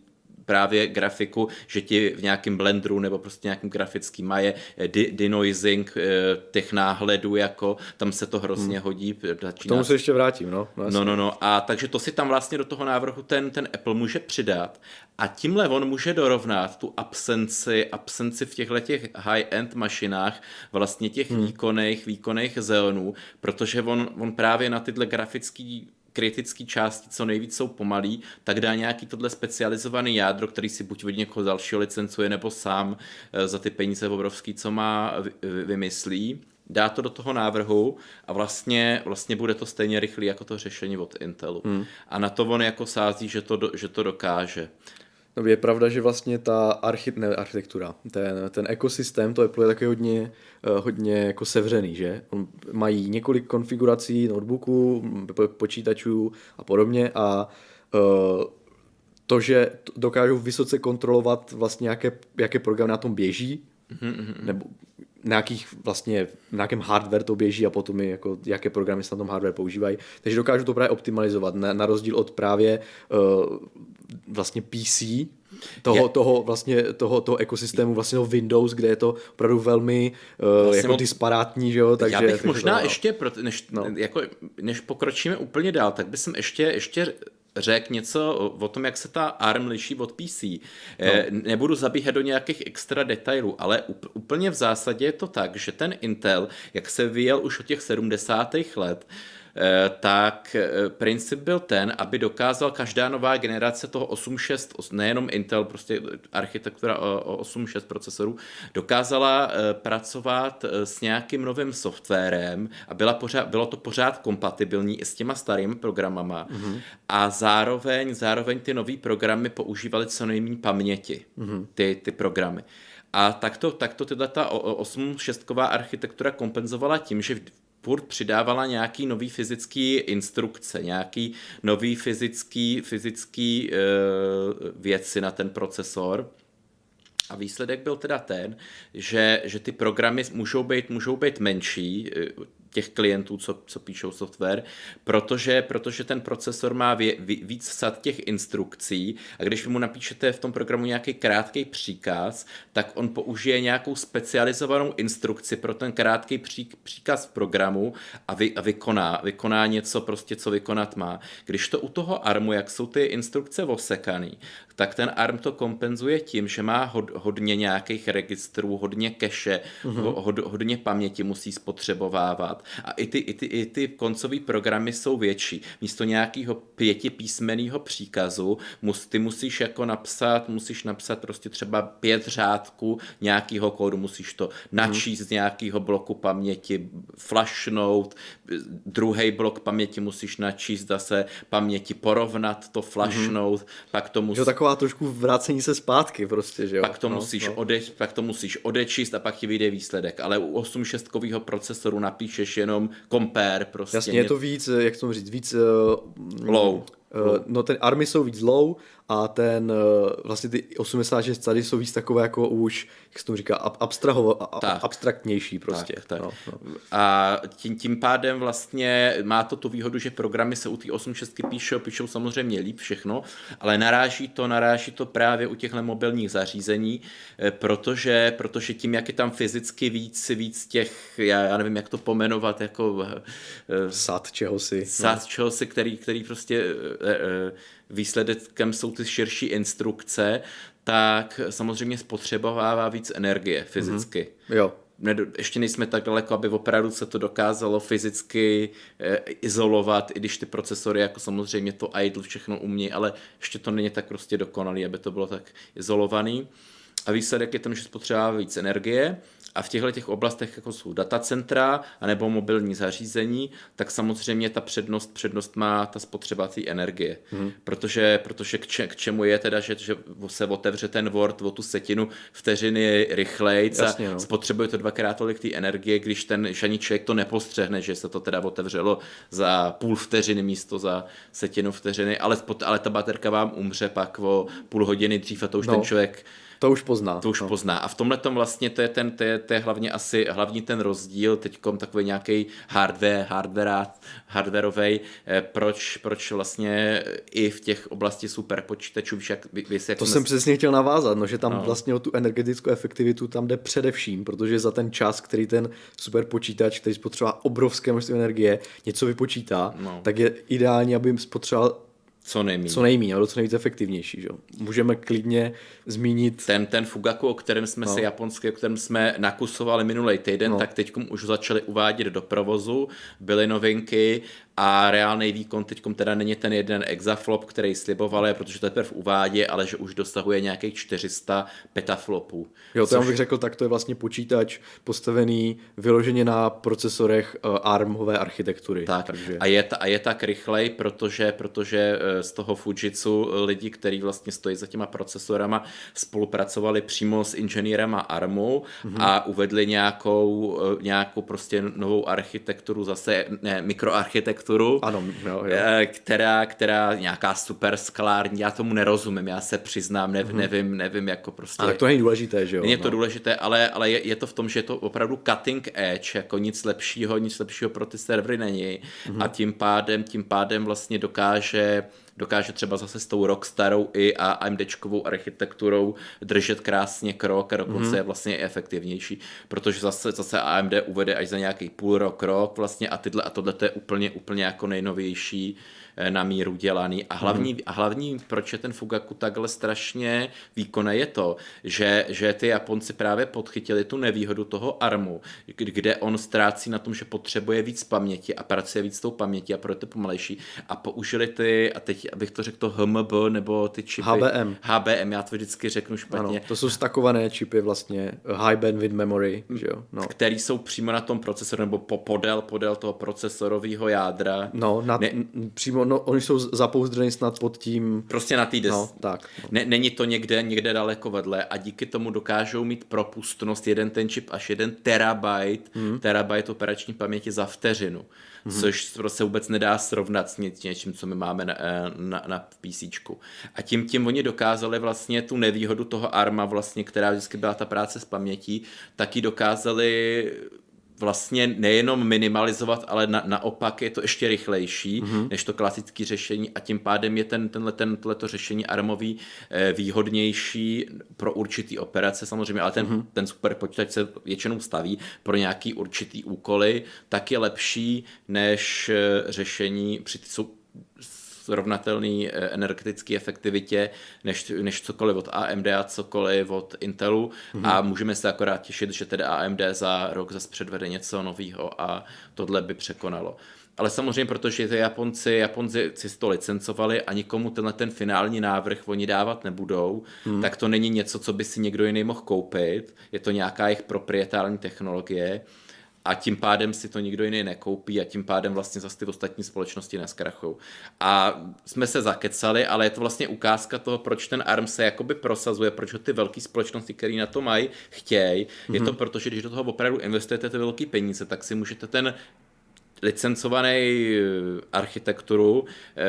právě grafiku, že ti v nějakém blenderu nebo prostě nějakým grafickým maje de- denoising těch náhledů, jako tam se to hrozně hmm. hodí. K tomu se ještě vrátím, no. No, no, no. A takže to si tam vlastně do toho návrhu ten, ten Apple může přidat a tímhle on může dorovnat tu absenci, absenci v těchto těch high-end mašinách vlastně těch hmm. výkonných, výkonných Xeonů, protože on, on právě na tyhle grafický kritické části, co nejvíc jsou pomalý, tak dá nějaký tohle specializovaný jádro, který si buď od někoho dalšího licencuje, nebo sám za ty peníze obrovský, co má, vymyslí. Dá to do toho návrhu a vlastně, vlastně bude to stejně rychlý jako to řešení od Intelu. Hmm. A na to on jako sází, že to, že to dokáže. No, je pravda, že vlastně ta archi- ne, architektura, ten, ten ekosystém, to Apple je taky hodně, hodně jako sevřený, že? On mají několik konfigurací notebooků, počítačů a podobně a uh, to, že dokážou vysoce kontrolovat vlastně, jaké, jaké programy na tom běží, mm-hmm. nebo nějakých vlastně, v nějakém hardware to běží a potom i jako, jaké programy se na tom hardware používají. Takže dokážu to právě optimalizovat, na, na rozdíl od právě uh, vlastně P C, toho, je, toho, vlastně, toho, toho ekosystému, vlastně toho Windows, kde je to opravdu velmi uh, vlastně jako disparátní, že jo? Takže, já bych takže možná to, ještě, než, no. jako, než pokročíme úplně dál, tak bych ještě, ještě řekl něco o tom, jak se ta A R M liší od P C. No. Nebudu zabíhat do nějakých extra detailů, ale úplně v zásadě je to tak, že ten Intel, jak se vyjel už od těch sedmdesátých let, tak princip byl ten, aby dokázal každá nová generace toho osm šest, nejenom Intel, prostě architektura osm šest procesorů, dokázala pracovat s nějakým novým softwarem a byla pořád, bylo to pořád kompatibilní i s těma starými programama. Mm-hmm. A zároveň, zároveň ty nový programy používaly co nejméně paměti, mm-hmm. ty, ty programy. A takto, takto tyhle ta osm šestková architektura kompenzovala tím, že furt přidávala nějaký nový fyzický instrukce, nějaký nový fyzický, fyzický e, věci na ten procesor. A výsledek byl teda ten, že, že ty programy můžou být, můžou být menší, těch klientů, co, co píšou software, protože, protože ten procesor má vě, víc sad těch instrukcí a když vy mu napíšete v tom programu nějaký krátký příkaz, tak on použije nějakou specializovanou instrukci pro ten krátký pří, příkaz v programu a, vy, a vykoná, vykoná něco prostě, co vykonat má. Když to u toho ARMu, jak jsou ty instrukce osekaný, tak ten ARM to kompenzuje tím, že má hod, hodně nějakých registrů, hodně cache, mm-hmm. hod, hodně paměti musí spotřebovávat. A i ty, i ty, i ty koncové programy jsou větší. Místo nějakého pětipísmenného příkazu mus, ty musíš jako napsat, musíš napsat prostě třeba pět řádků nějakého kódu, musíš to načíst z nějakého bloku paměti, flashnout, druhý blok paměti musíš načíst zase paměti, porovnat to, flashnout, mm-hmm. pak to musíš... Jo, taková trošku vrácení se zpátky prostě, že jo? Pak to, no, musíš, no. Ode, pak to musíš odečíst a pak ti vyjde výsledek, ale u osm šestkového procesoru napíšeš jenom compare prostě. Jasně, je to víc, jak to říct, víc... Uh, low. Uh, no ten ARMy jsou víc low a ten uh, vlastně ty osmdesát šest tady jsou víc takové jako už, jak se tomu říká, abstrahovo, a, abstraktnější prostě. Tak, tak. No, no. A tím, tím pádem vlastně má to tu výhodu, že programy se u té osm šest píšou, píšou samozřejmě líp všechno, ale naráží to, naráží to právě u těchto mobilních zařízení, protože, protože tím, jak je tam fyzicky víc, víc těch, já, já nevím, jak to pomenovat, jako sad čehosi. Sad no. čehosi, který, který prostě výsledkem jsou ty širší instrukce, tak samozřejmě spotřebovává víc energie fyzicky. Mm-hmm. Jo. Ještě nejsme tak daleko, aby opravdu se to dokázalo fyzicky eh, izolovat, i když ty procesory jako samozřejmě to idle všechno umí, ale ještě to není tak prostě dokonalý, aby to bylo tak izolovaný. A výsledek je tam, že spotřebovává víc energie a v těchto těch oblastech, jako jsou datacentra anebo mobilní zařízení, tak samozřejmě ta přednost, přednost má ta spotřeba té energie. Hmm. Protože, protože k, če, k čemu je teda, že, že se otevře ten Word o tu setinu vteřiny rychlejc a no. spotřebuje to dvakrát tolik té energie, když ten žádný člověk to nepostřehne, že se to teda otevřelo za půl vteřiny místo za setinu vteřiny, ale, spot, ale ta baterka vám umře pak o půl hodiny dřív a to už no. ten člověk To už pozná. To už no. pozná. A v tomhle tom vlastně to je, ten, to je, to je hlavně asi hlavní ten rozdíl, teďkom takový nějaký hardware, hardware, hardwareovej, proč, proč vlastně i v těch oblasti superpočítačů, víš, jak, víš, jak to jsme... jsem přesně chtěl navázat, no, že tam no. vlastně o tu energetickou efektivitu tam jde především, protože za ten čas, který ten superpočítač, který spotřeboval obrovské množství energie, něco vypočítá, no. tak je ideální, aby spotřeboval co nejméně. Co nejméně, ale co nejvíc efektivnější. Že? Můžeme klidně zmínit... Ten, ten Fugaku, o kterém jsme no. se japonský, o kterém jsme nakusovali minulý týden, no. tak teď už začali uvádět do provozu, byly novinky a reálný výkon teďkom teda není ten jeden exaflop, který slibovali, protože to teprve uvádí, ale že už dosahuje nějakých čtyři sta petaflopů. Jo, to což... já bych řekl, tak to je vlastně počítač postavený vyloženě na procesorech uh, ARMové architektury. Tak. Takže... A, je, a je tak rychlej, protože, protože z toho Fujitsu lidi, kteří vlastně stojí za těma procesorama, spolupracovali přímo s inženýrama ARMu mm-hmm. a uvedli nějakou, nějakou prostě novou architekturu, zase ne, mikroarchitekturu, ano, jo, jo. Která, která nějaká super skalární, já tomu nerozumím, já se přiznám, nev, mm-hmm. nevím, nevím, jako prostě. Ale to není důležité, že jo? Není to no. důležité, ale, ale je, je to v tom, že je to opravdu cutting edge, jako nic lepšího, nic lepšího pro ty servery není mm-hmm. a tím pádem, tím pádem vlastně dokáže dokáže třeba zase s tou rockstarou i AMDčkovou architekturou držet krásně krok a dokonce mm. je vlastně efektivnější, protože zase, zase A M D uvede až za nějaký půl rok, rok vlastně a tyhle a tohle to je úplně, úplně jako nejnovější na míru dělaný. A hlavní, mm. a hlavní, proč je ten Fugaku takhle strašně výkonný, je to, že, že ty Japonci právě podchytili tu nevýhodu toho ARMu, kde on ztrácí na tom, že potřebuje víc paměti a pracuje víc s tou pamětí a proto je pomalejší. A použili ty, a teď abych to řekl to H M B nebo ty čipy. H B M. H B M, já to vždycky řeknu špatně. Ano, to jsou stakované čipy vlastně, high bandwidth memory, že jo. No. Který jsou přímo na tom procesoru, nebo po podél, podél toho procesorového jádra. No, nad, ne, přímo, no, oni jsou zapouzdřeni snad pod tím... Prostě na té des... No, tak. No. Ne, není to někde, někde daleko vedle a díky tomu dokážou mít propustnost jeden ten čip až jeden terabyte, mm. terabyte operační paměti za vteřinu. Mm. Což se vůbec nedá srovnat s něčím, co my máme na, na, na PCčku. A tím, tím oni dokázali vlastně tu nevýhodu toho ARMa, vlastně, která vždycky byla ta práce s pamětí, taky dokázali vlastně nejenom minimalizovat, ale na, naopak je to ještě rychlejší mm-hmm. než to klasické řešení a tím pádem je ten, tenhle, tenhleto řešení ARMový eh, výhodnější pro určitý operace samozřejmě, ale ten, mm-hmm. ten super počítač se většinou staví pro nějaký určitý úkoly, tak je lepší než eh, řešení při jsou srovnatelný energetické efektivitě než, než cokoliv od A M D a cokoliv od Intelu mm-hmm. a můžeme se akorát těšit, že tedy A M D za rok zase předvede něco nového a tohle by překonalo. Ale samozřejmě, protože ty Japonci, Japonci si to licencovali a nikomu tenhle ten finální návrh oni dávat nebudou, mm. tak to není něco, co by si někdo jiný mohl koupit, je to nějaká jejich proprietární technologie, a tím pádem si to nikdo jiný nekoupí a tím pádem vlastně zase ty ostatní společnosti neskrachujou. A jsme se zakecali, ale je to vlastně ukázka toho, proč ten ARM se jakoby prosazuje, proč ho ty velké společnosti, které na to mají, chtějí. Mm-hmm. Je to proto, že když do toho opravdu investujete ty velké peníze, tak si můžete ten licencovaný architekturu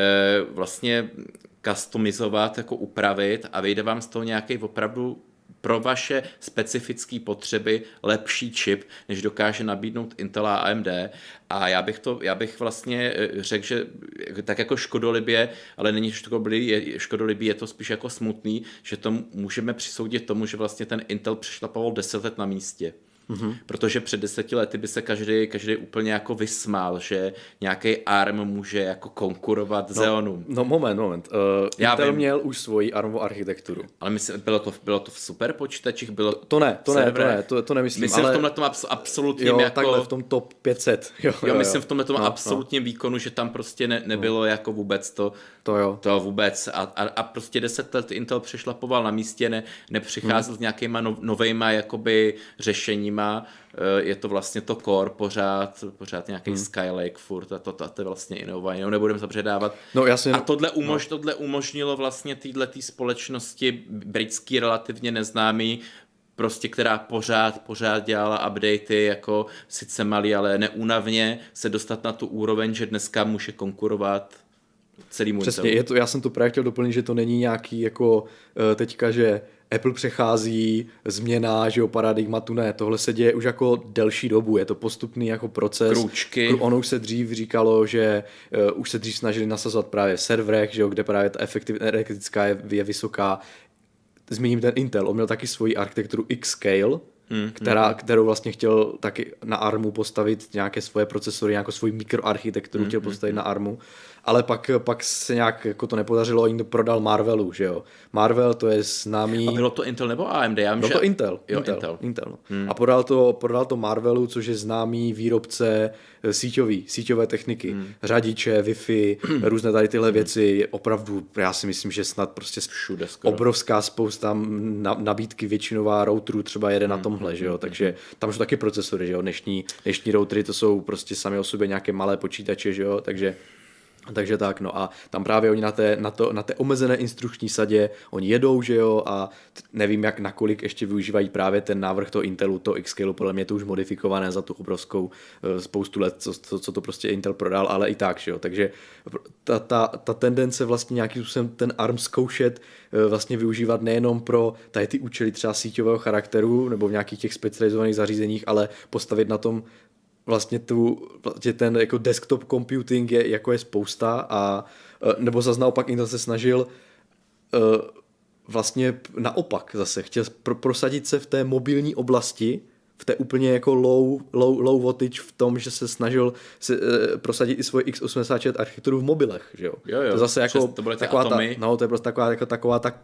vlastně customizovat, jako upravit a vyjde vám z toho nějaký opravdu pro vaše specifické potřeby lepší čip, než dokáže nabídnout Intel a A M D. A já bych to, já bych vlastně řekl, že tak jako škodolibě, ale není škodolibý, je, škodolibý, je to spíš jako smutný, že to můžeme přisoudit tomu, že vlastně ten Intel přešlapoval deset let na místě. Mm-hmm. Protože před deseti lety by se každý, každý úplně jako vysmál, že nějaký ARM může jako konkurovat no, Xeonu. No moment, moment. Uh, Intel vím. měl už svoji ARMovou architekturu. Ale myslím, bylo to, bylo to v super počítačích? Bylo to, to ne, to ne, to ne, to, to nemyslím. Myslím ale... v tomhle tom abs- absolutním jo, jako... takhle v tom top pět set. Jo, jo, jo myslím v tomhle tom no, absolutním no. výkonu, že tam prostě ne, nebylo no. jako vůbec to, to, jo. to vůbec. A, a, a prostě deset let Intel přešlapoval na místě, ne, nepřicházel hmm. s nějakýma no, novejma jakoby řešeníma. Je to vlastně to core pořád, pořád nějaký hmm. Skylake furt a to, to, to je vlastně inovovaný, no, nebudeme zapředávat. No, jasně, a tohle, umož, no. tohle umožnilo vlastně týhletý společnosti britský relativně neznámý, prostě která pořád, pořád dělala updaty, jako sice malý, ale neúnavně se dostat na tu úroveň, že dneska může konkurovat celý můj Přesně, je to, já jsem to právě chtěl doplnit, že to není nějaký jako teďka, že Apple přechází, změna, že jo, paradigmatu, ne, tohle se děje už jako delší dobu, je to postupný jako proces. Krůčky. Ono už se dřív říkalo, že uh, už se dřív snažili nasazovat právě v serverech, že jo, kde právě ta efektivita energetická je, je vysoká. Zmíním ten Intel, on měl taky svoji architekturu X-Scale, Hmm, která, hmm. kterou vlastně chtěl taky na ARMu postavit nějaké svoje procesory, nějakou svoji mikroarchitekturu hmm, chtěl postavit hmm. na ARMu, ale pak, pak se nějak jako to nepodařilo, jim prodal Marvelu, že jo. Marvel to je známý... A bylo to Intel nebo A M D? Já vím, bylo že... to Intel. Jo, Intel, Intel. Intel no. hmm. A prodal to, prodal to Marvelu, což je známý výrobce síťový, síťové techniky, hmm. řadiče, Wi-Fi, hmm. různé tady tyhle hmm. věci, je opravdu, já si myslím, že snad prostě všude skoro. Obrovská spousta nabídky, většinová routerů třeba jede hmm. na tomhle, že jo, takže tam jsou taky procesory, že jo, dnešní, dnešní routery to jsou prostě sami o sobě nějaké malé počítače, že jo, takže Takže tak, no a tam právě oni na té, na, to, na té omezené instrukční sadě, oni jedou, že jo, a nevím, jak nakolik ještě využívají právě ten návrh toho Intelu, to X-Scale, podle mě to už modifikované za tu obrovskou spoustu let, co, co, co to prostě Intel prodal, ale i tak, že jo, takže ta, ta, ta tendence vlastně nějakým způsobem ten ARM zkoušet vlastně využívat nejenom pro tady ty účely třeba síťového charakteru nebo v nějakých těch specializovaných zařízeních, ale postavit na tom vlastně tu, vlastně ten jako desktop computing je, jako je spousta a nebo zase naopak Intel se snažil uh, vlastně naopak zase, chtěl pro, prosadit se v té mobilní oblasti, v té úplně jako low, low, low wattage v tom, že se snažil se, uh, prosadit i svoji x osmdesát šest architekturu v mobilech, že jo. Jo, jo. To zase jako to byly ty taková atomy. Ta, no, to je prostě taková, jako taková ta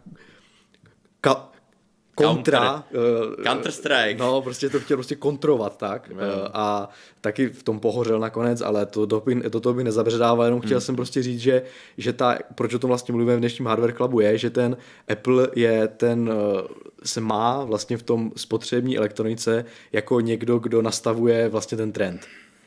ka, kontra. Counter, uh, Counter-Strike. No, prostě to chtěl prostě kontrovat, tak. Uh, a taky v tom pohořel nakonec, ale to, to, by, to, to by nezabředával, jenom chtěl hmm. jsem prostě říct, že, že ta, proč o tom vlastně mluvíme v dnešním Hardware Clubu je, že ten Apple je ten, uh, se má vlastně v tom spotřební elektronice jako někdo, kdo nastavuje vlastně ten trend.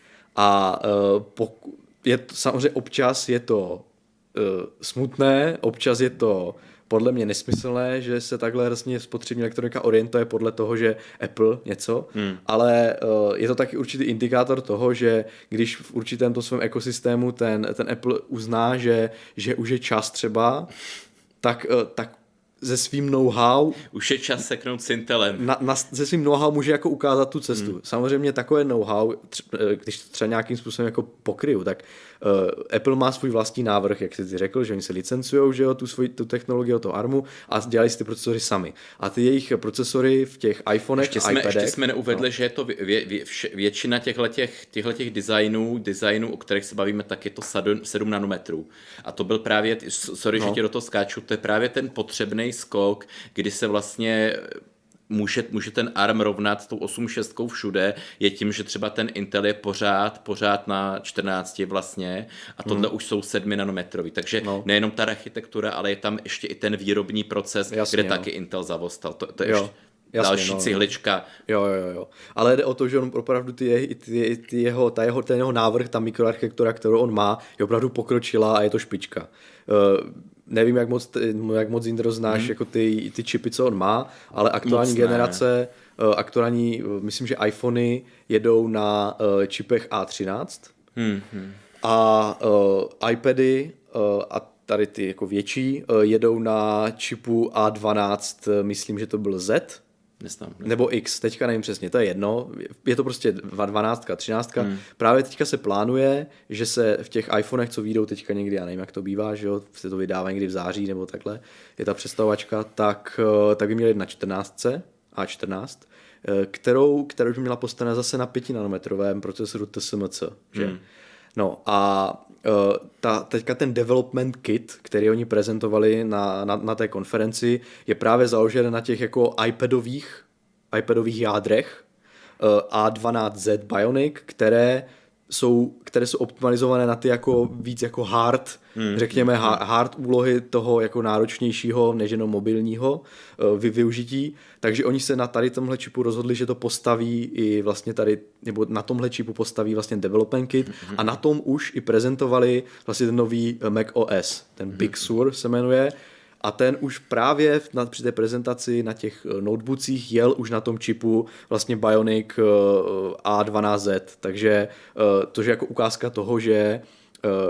A uh, poku, je to, samozřejmě občas je to uh, smutné, občas je to podle mě nesmyslné, že se takhle vlastně spotřební elektronika orientuje podle toho, že Apple něco, hmm. ale uh, je to taky určitý indikátor toho, že když v určitém to svém ekosystému ten, ten Apple uzná, že, že už je čas třeba, tak, uh, tak se svým know-how... Už je čas seknout s Intelem. Na, na, se svým know-how může jako ukázat tu cestu. Hmm. Samozřejmě takové know-how, tř, když třeba nějakým způsobem jako pokryju, tak uh, Apple má svůj vlastní návrh, jak jsi ty řekl, že oni se licencujou, že jo, tu, svoj, tu technologii od toho ARMu a dělají si ty procesory sami. A ty jejich procesory v těch iPhonech ještě a jsme, iPadech... Ještě jsme neuvedli, no. že je to vě, vě, vše, většina těchto designů, designů, o kterých se bavíme, tak je to sedm nanometrů. A to byl právě, sorry, no. že tě do toho skáču, to je právě ten potřebný skok, kdy se vlastně může, může ten ARM rovnat s tou osm šest všude, je tím, že třeba ten Intel je pořád, pořád na čtrnácti vlastně a tohle hmm. už jsou sedm nanometrový. Takže no. nejenom ta architektura, ale je tam ještě i ten výrobní proces, Jasně, kde jo. taky Intel zavostal. To, to je ještě Jasně, další no, cihlička. Jo, jo, jo. Ale jde o to, že on opravdu ty, ty, ty jeho, ta jeho, ten jeho návrh, ta mikroarchitektura, kterou on má, je opravdu pokročila a je to špička. Uh, nevím, jak moc, jak moc Indro znáš hmm. jako ty, ty čipy, co on má, ale aktuální moc generace, uh, aktuální, uh, myslím, že iPhony jedou na uh, čipech A třináct hmm. Hmm. a uh, iPady uh, a tady ty jako větší uh, jedou na čipu A dvanáct, uh, myslím, že to byl Z, Neznám, neznám. nebo X, teďka nevím přesně, to je jedno, je to prostě dvanáct, třináct. Hmm. Právě teďka se plánuje, že se v těch iPhonech, co vyjdou teďka někdy, já nevím, jak to bývá, že jo, se to vydává někdy v září nebo takhle, je ta představovačka, tak, tak by měli na čtrnáct, A čtrnáct, kterou, kterou by měla postavená zase na pěti nanometrovém procesoru T S M C, že? Hmm. No a uh, ta, teďka ten development kit, který oni prezentovali na, na, na té konferenci, je právě založen na těch jako iPadových, iPadových jádrech uh, A dvanáct Z Bionic, které jsou, které jsou optimalizované na ty jako víc jako hard, hmm. řekněme hard úlohy toho jako náročnějšího než jenom mobilního uh, využití, takže oni se na tady tomhle čipu rozhodli, že to postaví i vlastně tady, nebo na tomhle čipu postaví vlastně development kit hmm. a na tom už i prezentovali vlastně ten nový Mac O S, ten Big Sur se jmenuje. A ten už právě na, při té prezentaci na těch notebookcích jel už na tom čipu vlastně Bionic uh, A dvanáct Z. Takže uh, to je jako ukázka toho, že, uh,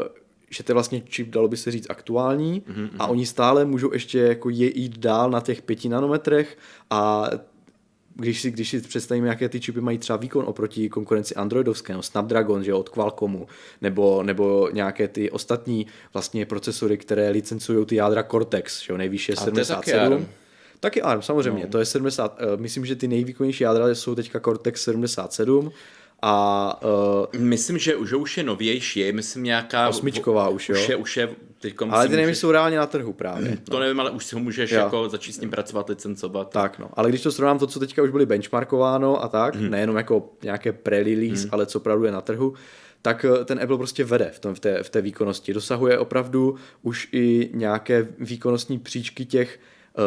že to je vlastně čip, dalo by se říct, aktuální mm-hmm. a oni stále můžou ještě jako je jít dál na těch pěti nanometrech a když si, když si představíme, jaké ty čipy mají třeba výkon oproti konkurenci androidovskému, Snapdragon, že od Qualcommu, nebo, nebo nějaké ty ostatní vlastně procesory, které licencují ty jádra Cortex, že nejvýše sedmdesát sedm. Taky ARM, samozřejmě, no. To je sedmdesát, uh, myslím, že ty nejvýkonnější jádra jsou teďka Cortex sedmdesát sedm a... Uh, myslím, že, že už je novější, myslím nějaká... Osmičková už, jo. Už je, už je teďko, ale ty nevím, můžeš... jsou reálně na trhu právě. To no. nevím, ale už si ho můžeš jako začít s ním pracovat, licencovat. Tak no, ale když to srovnám to, co teďka už byly benchmarkováno a tak, hmm. nejenom jako nějaké pre-release, hmm. ale co opravdu je na trhu, tak ten Apple prostě vede v, tom, v, té, v té výkonnosti. Dosahuje opravdu už i nějaké výkonnostní příčky těch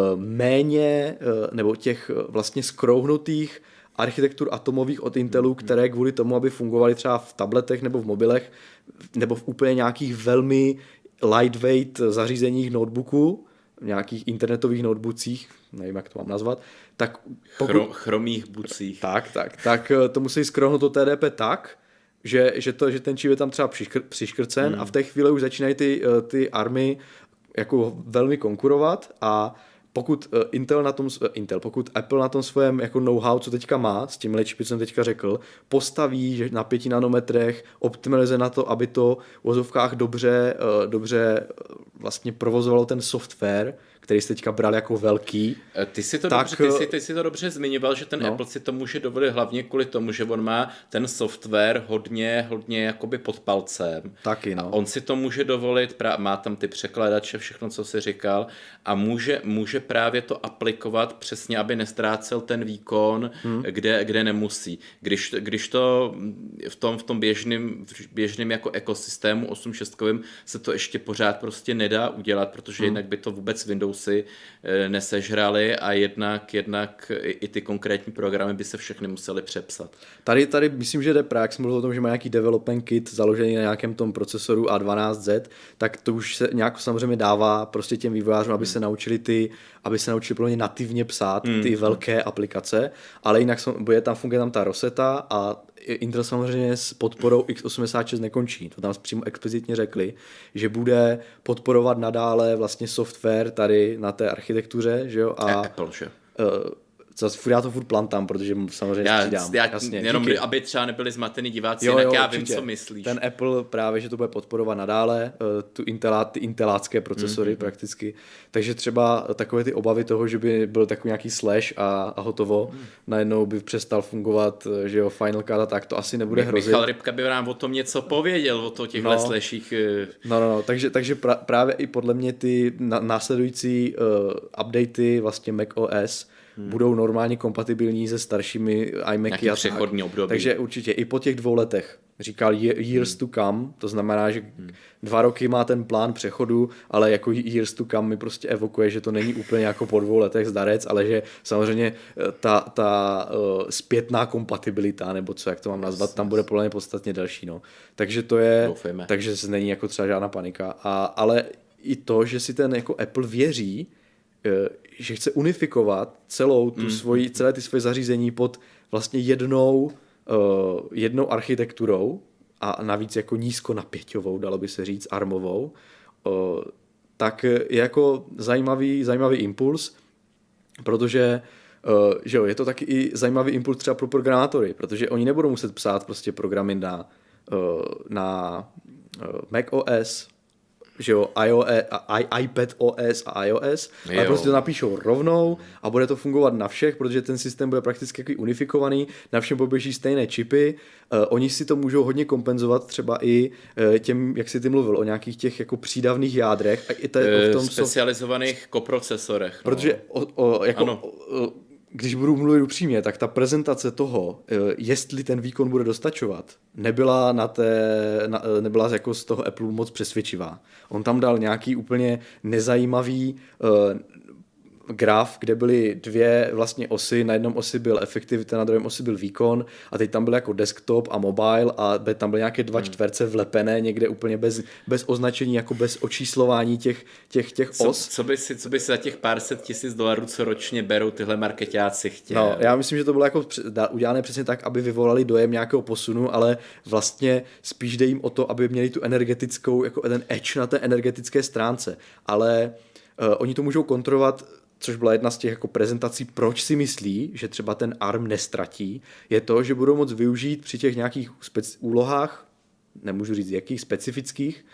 méně nebo těch vlastně skrouhnutých architektur atomových od Intelu, které kvůli tomu, aby fungovaly třeba v tabletech nebo v mobilech nebo v úplně nějakých velmi lightweight zařízeních notebooků, nějakých internetových notebookcích, nevím, jak to mám nazvat, tak pokud... Chro, chromých bucích. Tak, tak, tak to musí skrouhnout to T D P tak, že, že, to, že ten čip je tam třeba přiškr, přiškrcen hmm. a v té chvíli už začínají ty, ty army jako velmi konkurovat a pokud Intel na tom, Intel, pokud Apple na tom svém jako know-how, co teďka má, s tím čipy, co jsem teďka řekl, postaví, že na pěti nanometrech optimalizuje na to, aby to v vozovkách dobře, dobře vlastně provozovalo ten software, který jsi teďka bral jako velký. Ty si to, tak, dobře, ty si, ty si to dobře zmiňoval, že ten no. Apple si to může dovolit hlavně kvůli tomu, že on má ten software hodně, hodně jakoby pod palcem. Taky, no. A on si to může dovolit, má tam ty překladače, všechno, co jsi říkal, a může, může právě to aplikovat přesně, aby nestrácel ten výkon, hmm. kde, kde nemusí. Když, když to v tom, v tom běžným, běžným jako ekosystému osm šestkovým se to ještě pořád prostě nedá udělat, protože hmm. jinak by to vůbec Windows si nesežrali a jednak, jednak i ty konkrétní programy by se všechny musely přepsat. Tady, tady myslím, že jde právě, jak jsem mluvil o tom, že má nějaký development kit založený na nějakém tom procesoru A dvanáct Z, tak to už se nějak samozřejmě dává prostě těm vývojářům, aby hmm. se naučili ty, aby se naučili pro ně nativně psát hmm. ty velké aplikace, ale jinak bude tam, funguje tam ta Rosetta a Intel samozřejmě s podporou x osmdesát šest nekončí. To tam přímo explicitně řekli, že bude podporovat nadále vlastně software tady na té architektuře, že jo? A Apple, že? Uh, Zase já to furt plantám, protože samozřejmě já, střídám. Já, Jasně, jenom díky. Aby třeba nebyli zmatený diváci, jo, jinak jo, já určitě. Vím, co myslíš. Ten Apple právě, že to bude podporovat nadále, tu intelá, ty intelácké procesory mm-hmm. prakticky. Takže třeba takové ty obavy toho, že by byl takový nějaký slash a, a hotovo, mm. najednou by přestal fungovat, že jo, Final Cut a tak, to asi nebude hrozit. Michal Rybka by nám o tom něco pověděl, o to těchhle no. slashích. No, no, no, takže, takže pra, právě i podle mě ty na, následující uh, updaty vlastně macOS Hmm. budou normálně kompatibilní se staršími iMacy a tak. Období. Takže určitě i po těch dvou letech, říkal years hmm. to come, to znamená, že hmm. dva roky má ten plán přechodu, ale jako years to come mi prostě evokuje, že to není úplně jako po dvou letech zdarec, ale že samozřejmě ta, ta uh, zpětná kompatibilita, nebo co, jak to mám nazvat, yes, tam yes. bude podle mě podstatně delší. No. Takže to je, Doufejme. takže se není jako třeba žádná panika. A, ale i to, že si ten jako Apple věří, že chce unifikovat celou tu svoji, celé ty svoje zařízení pod vlastně jednou, uh, jednou architekturou a navíc jako nízkonapěťovou, dalo by se říct, armovou, uh, tak je jako zajímavý, zajímavý impuls, protože uh, že jo, je to taky i zajímavý impuls třeba pro programátory, protože oni nebudou muset psát prostě programy na, uh, na uh, macOS, že jo, iOS, iPadOS a iOS, jo. Ale prostě to napíšou rovnou a bude to fungovat na všech, protože ten systém bude prakticky jako unifikovaný, na všem poběží stejné čipy, uh, oni si to můžou hodně kompenzovat třeba i uh, těm, jak jsi ty mluvil, o nějakých těch jako přídavných jádrech. A i to je v tom specializovaných soft... koprocesorech. No. Protože o, o, jako, o, o, když budu mluvit upřímně, tak ta prezentace toho, jestli ten výkon bude dostačovat, nebyla, na té, na, nebyla jako z toho Apple moc přesvědčivá. On tam dal nějaký úplně nezajímavý uh, graf, kde byly dvě vlastně osy, na jednom osi byl efektivita, na druhém osi byl výkon a teď tam byl jako desktop a mobile a tam byly nějaké dva čtverce vlepené někde úplně bez, bez označení, jako bez očíslování těch, těch, těch os. Co, co, by si, co by si za těch pár set tisíc dolarů, co ročně berou tyhle marketáci chtěli? No, já myslím, že to bylo jako udělané přesně tak, aby vyvolali dojem nějakého posunu, ale vlastně spíš jde jim o to, aby měli tu energetickou, jako ten edge na té energetické stránce. Ale uh, oni to můžou kontrolovat, což byla jedna z těch jako prezentací, proč si myslí, že třeba ten A R M nestratí, je to, že budou moct využít při těch nějakých speci- úlohách, nemůžu říct jakých, specifických,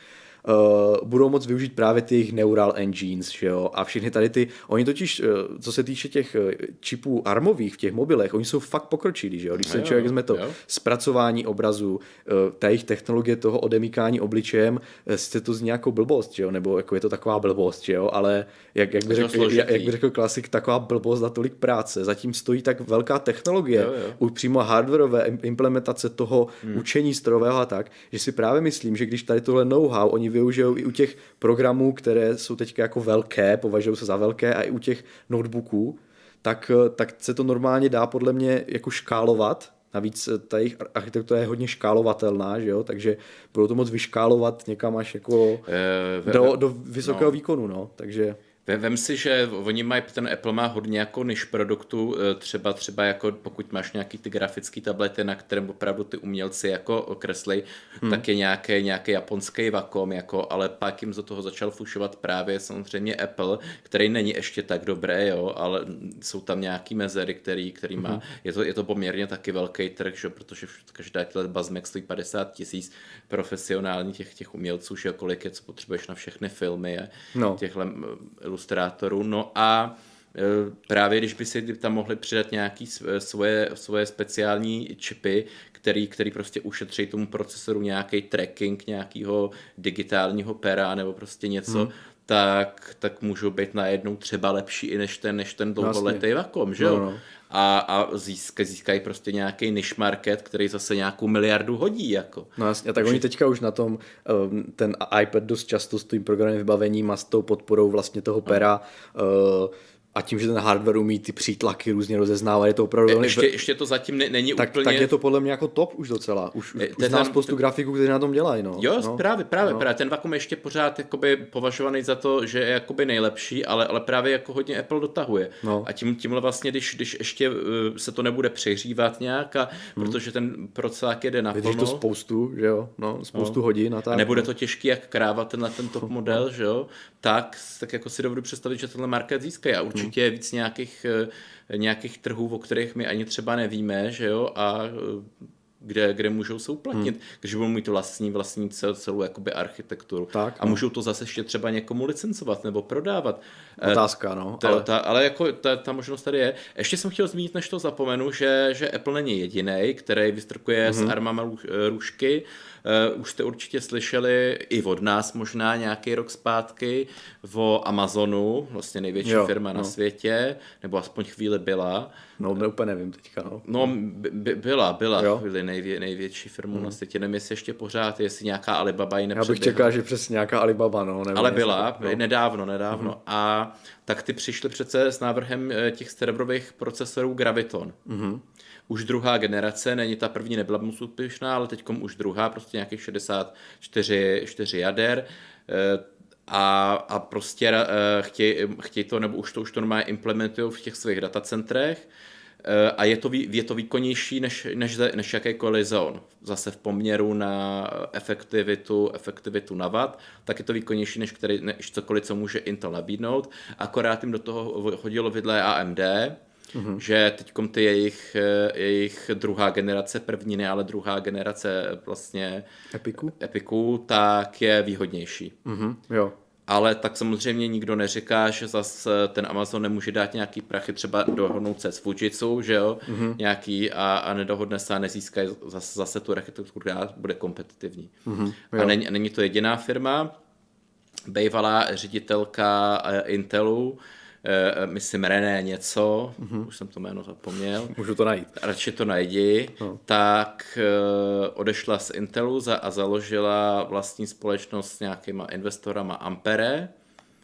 Uh, budou moct využít právě ty jejich neural engines, že jo? A všechny tady ty, oni totiž, uh, co se týče těch uh, čipů armových v těch mobilech, oni jsou fakt pokročilí, že jo? Když se člověk vezme to jo. zpracování obrazu, uh, ta jejich technologie toho odemykání obličejem, uh, sice to zní jako blbost, že jo? Nebo jako je to taková blbost, že jo? Ale jak, jak, by řekl, jak, jak by řekl klasik, taková blbost za tolik práce. Zatím stojí tak velká technologie, jo, jo. u přímo hardwareové implementace toho hmm. učení strojového a tak, že si právě myslím, že když tady tohle know-how oni využijou i u těch programů, které jsou teďka jako velké, považují se za velké, a i u těch notebooků, tak, tak se to normálně dá podle mě jako škálovat. Navíc ta jejich architektura je hodně škálovatelná, že jo? Takže budou to moct vyškálovat někam až jako e, do, do vysokého no. výkonu. No. Takže... Vem si, že oni mají, ten Apple má hodně jako niž produktu, třeba třeba jako pokud máš nějaký ty grafický tablety, na kterém opravdu ty umělci jako kreslej, hmm. tak je nějaký, nějaký japonský Wacom, jako, ale pak jim do toho začal fušovat právě samozřejmě Apple, který není ještě tak dobré, jo, ale jsou tam nějaký mezery, který, který má, hmm. je, to, je to poměrně taky velký trh, že, protože každá těle Bazmek stojí padesát tisíc profesionální těch, těch umělců, že kolik je, co potřebuješ na všechny filmy a no. těchhle ilustrátorů, no a e, právě když by si tam mohli přidat nějaký svoje, svoje speciální čipy, který, který prostě ušetří tomu procesoru nějaký tracking nějakého digitálního pera nebo prostě něco, hmm. tak, tak můžou být najednou třeba lepší i než ten, než ten dlouholetý Wacom, že jo? No, no. A, a získají, získají prostě nějaký niche market, který zase nějakou miliardu hodí. Jako. No jasně, tak oni teďka už na tom, ten iPad dost často s tím programovým vybavením a s tou podporou vlastně toho pera, no. A tím, že ten hardware umí ty přítlaky různě rozeznává, je to opravdu... Ještě, ještě to zatím ne, není tak, úplně... Tak je to podle mě jako top už docela. Už, už, už znám spoustu ten... grafiků, kteří na tom dělají. No. Jo, no. právě, právě, no. právě. Ten Wacom je ještě pořád jakoby považovaný za to, že je jakoby nejlepší, ale, ale právě jako hodně Apple dotahuje. No. A tím, tímhle vlastně, když, když ještě se to nebude přehřívat nějak, a, hmm. protože ten procesák jede na plno. to spoustu, že jo, no, spoustu no. hodin. A, tak, a nebude to těžký jak kráva tenhle ten top model, že jo, tak, tak jako si dovedu představit, že tenhle market získají a určitě je víc nějakých nějakých trhů, o kterých my ani třeba nevíme, že jo, a kde, kde můžou se uplatnit, hmm. když budou mít vlastní, vlastní cel, celou jakoby architekturu. Tak, a no. můžou to zase ještě třeba někomu licencovat nebo prodávat. Otázka, no. Ta, ale... Ta, ale jako ta, ta možnost tady je. Ještě jsem chtěl zmínit, než to zapomenu, že, že Apple není jedinej, který vystrkuje hmm. s armama růžky. Uh, už jste určitě slyšeli i od nás možná nějaký rok zpátky o Amazonu, vlastně největší jo, firma no. na světě, nebo aspoň chvíli byla. No, ne, úplně nevím teďka. No, no by, byla, byla jo. chvíli nejvě, největší firmou hmm. na světě, nevím, jestli ještě pořád, jestli nějaká Alibaba ji nepředběhla. Já bych čekal, že přesně nějaká Alibaba, no. Nevím, ale byla, no. nedávno, nedávno. Hmm. A tak ty přišli přece s návrhem těch cerebrových procesorů Graviton. Hmm. Už druhá generace, není ta první, nebyla moc úspěšná, ale teďkom už druhá, prostě nějakých šedesát čtyři jader a, a prostě chtějí chtěj to, nebo už to, už to normálně implementují v těch svých datacentrech a je to, je to výkonnější než, než, než jakýkoliv Xeon. Zase v poměru na efektivitu, efektivitu na watt, tak je to výkonnější než, který, než cokoliv, co může Intel nabídnout. Akorát jim do toho hodilo vidle A M D, Uhum. že teďkom ty jejich, jejich druhá generace, první ne, ale druhá generace vlastně Epiku, Epiku tak je výhodnější. Uhum. Jo. Ale tak samozřejmě nikdo neříká, že zase ten Amazon nemůže dát nějaký prachy, třeba dohodnout se s Fujitsu, že jo, mm-hmm. nějaký a, a nedohodne se a nezíská zase, zase tu architekturu, která bude kompetitivní. Mm-hmm. A není, není to jediná firma. Bývalá ředitelka Intelu, myslím René něco, mm-hmm. už jsem to jméno zapomněl. Můžu to najít. Radši to najdi. No. Tak odešla z Intelu a založila vlastní společnost s nějakýma investorama Ampere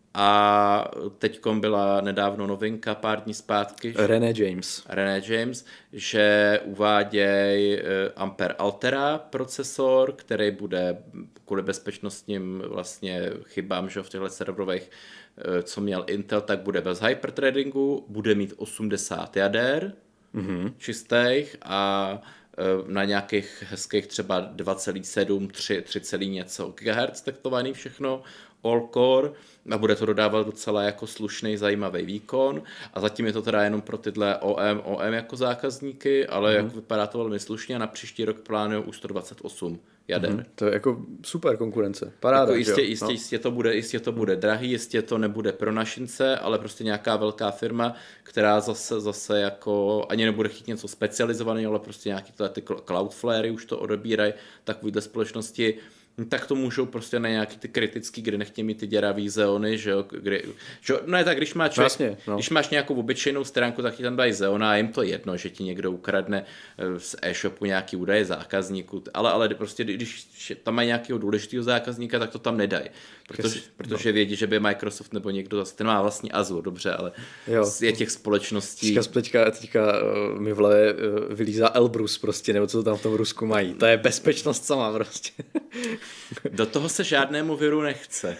A teďkom byla nedávno novinka, pár dní zpátky. René James. René James, že uváděj Ampere Altera procesor, který bude kvůli bezpečnostním vlastně chybám, že v těchto serverových, co měl Intel, tak bude bez hyperthreadingu, bude mít osmdesát jader mm-hmm. čistých a na nějakých hezkých třeba dva celá sedm, tři, tři něco gigahertz taktovaný všechno, all core, a bude to dodávat docela jako slušný, zajímavý výkon a zatím je to teda jenom pro tyhle O M, O M jako zákazníky, ale mm. jako vypadá to velmi slušně a na příští rok plánují už sto dvacet osm jader. Mm. To je jako super konkurence, paráda. Jako jistě, jistě, no. jistě, to bude, jistě to bude drahý, jistě to nebude pro našince, ale prostě nějaká velká firma, která zase, zase jako ani nebude chtít něco specializovaného, ale prostě nějaký ty Cloudflare už to odebírají, takovýhle společnosti, tak to můžou prostě na nějaký ty kritický, kdy nechtějí mít ty děravý Xeony, že jo, kdy, že, no je tak, když, má člověk, Vlastně, no. když máš nějakou obyčejnou stránku, tak ti tam dají Xeona a jim to jedno, že ti někdo ukradne z e-shopu nějaký údaje zákazníků, ale, ale prostě když tam mají nějakého důležitého zákazníka, tak to tam nedají, protože, protože no. vědí, že by Microsoft nebo někdo zase, ten má vlastně Azure, dobře, ale jo. je těch společností. Teďka, teďka mi v hlavě vylízá Elbrus prostě, nebo co tam v tom Rusku mají, to je bezpečnost sama prostě. Do toho se žádnému viru nechce.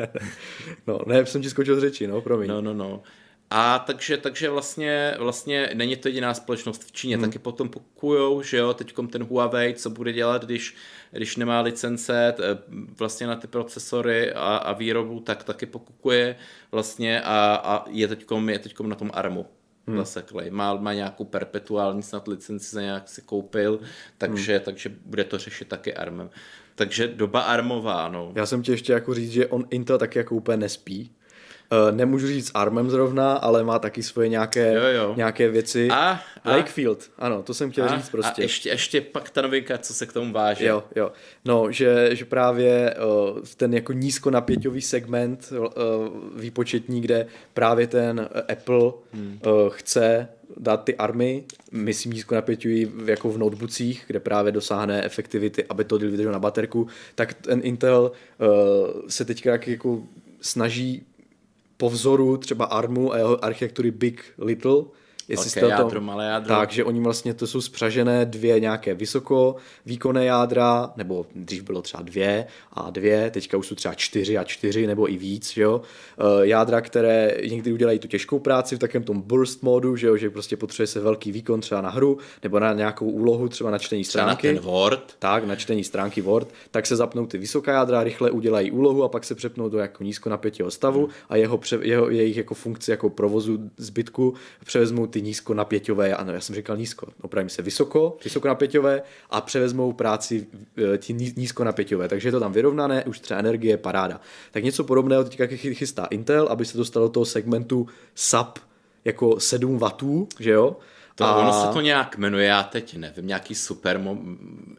no, ne, jsem ti skočil z řeči, no, promiň. No, no, no. A takže, takže vlastně, vlastně není to jediná společnost v Číně, hmm. taky potom pokujou, že jo, teďkom ten Huawei, co bude dělat, když, když nemá licence vlastně na ty procesory a, a výrobu, tak taky pokukuje vlastně a, a je teďkom, je teďkom na tom ARMu. Hmm. Zaseklej. Má, má nějakou perpetuální snad licenci za nějak si koupil, takže, hmm. takže bude to řešit taky ARMem. Takže doba armová, no. Já jsem ti ještě jako říct, že on Intel taky jako úplně nespí. Uh, nemůžu říct ARMem zrovna, ale má taky svoje nějaké, jo, jo. nějaké věci. A, a, Lakefield, ano, to jsem chtěl a, říct prostě. A ještě, ještě pak ta novinka, co se k tomu váže. Jo, jo. No, že, že právě uh, ten jako nízkonapěťový segment uh, výpočetní, kde právě ten Apple hmm. uh, chce dát ty army, myslím nízkonapěťový jako v notebookích, kde právě dosáhne efektivity, aby to vydrželo na baterku, tak ten Intel uh, se teďka jako snaží po vzoru třeba ARMu a jeho architektury Big Little, jestli okay, jádro, tom, malé jádro. Takže oni vlastně to jsou spřažené dvě nějaké vysoko výkonné jádra, nebo dřív bylo třeba dvě a dvě, teďka už jsou třeba čtyři a čtyři nebo i víc, že jo. Jádra, které někdy udělají tu těžkou práci v takovém tom burst modu, že jo, že prostě potřebuje se velký výkon třeba na hru nebo na nějakou úlohu, třeba na čtení stránky. Třeba na ten Word. Tak, na čtení stránky Word, tak se zapnou ty vysoká jádra, rychle udělají úlohu a pak se přepnou do jako nízkonapětého stavu hmm. a jeho, jeho jejich jako funkci jako provozu zbytku převezmou ty nízkonapěťové, ano, já jsem říkal nízko, opravím se vysoko, vysokonapěťové a převezmou práci ti nízkonapěťové, takže je to tam vyrovnané, už třeba energie, paráda. Tak něco podobného teďka chystá Intel, aby se dostalo do toho segmentu sub jako sedm wattů, že jo? To, a... Ono se to nějak jmenuje, já teď nevím, nějaký super mo-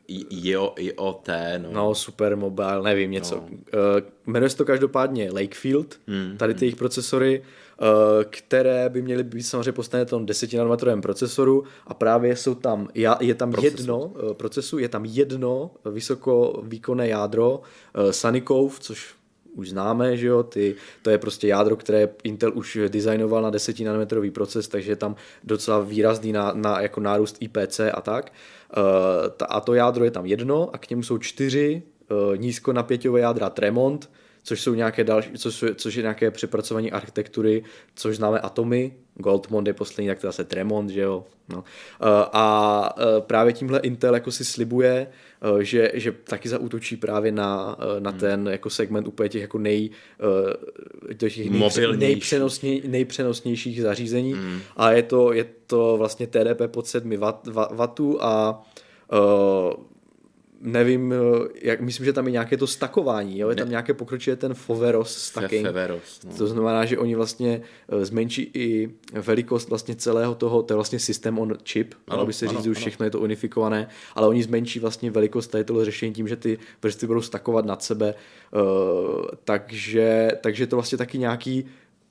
I O T, no. No, super mobile, nevím, něco. No. Uh, jmenuje se to každopádně Lakefield, hmm, tady ty hmm. jejich procesory, uh, které by měly být samozřejmě postavené na tom desetinanometrovém procesoru a právě jsou tam, je tam procesu. jedno uh, procesu, je tam jedno vysokovýkonné jádro uh, Sunny Cove, což už známe, že jo, ty, to je prostě jádro, které Intel už designoval na desetinanometrový proces, takže je tam docela výrazný na, na jako nárůst I P C a tak. Uh, ta, a to jádro je tam jedno a k němu jsou čtyři uh, nízkonapěťové jádra Tremont, což jsou nějaké další, což, což je nějaké přepracování architektury, což známe atomy, Goldmont je poslední, tak to zase Tremont, že jo. No. Uh, a uh, právě tímhle Intel jako si slibuje, uh, že, že taky zaútočí právě na, uh, na hmm. ten jako segment úplně těch jako nej, uh, těch nejpře, nejpřenosně, nejpřenosnějších zařízení hmm. a je to, je to vlastně T D P pod sedm wattů a uh, nevím, jak, myslím, že tam je nějaké to stakování, jo? Je tam nějaké pokročilé ten Foveros stacking. Foveros, no. To znamená, že oni vlastně zmenší i velikost vlastně celého toho, to je vlastně systém on chip, ano, aby se říct, že všechno je to unifikované, ale oni zmenší vlastně velikost tady toho řešení tím, že ty vrstvy budou stakovat nad sebe, uh, takže, takže to vlastně taky nějaký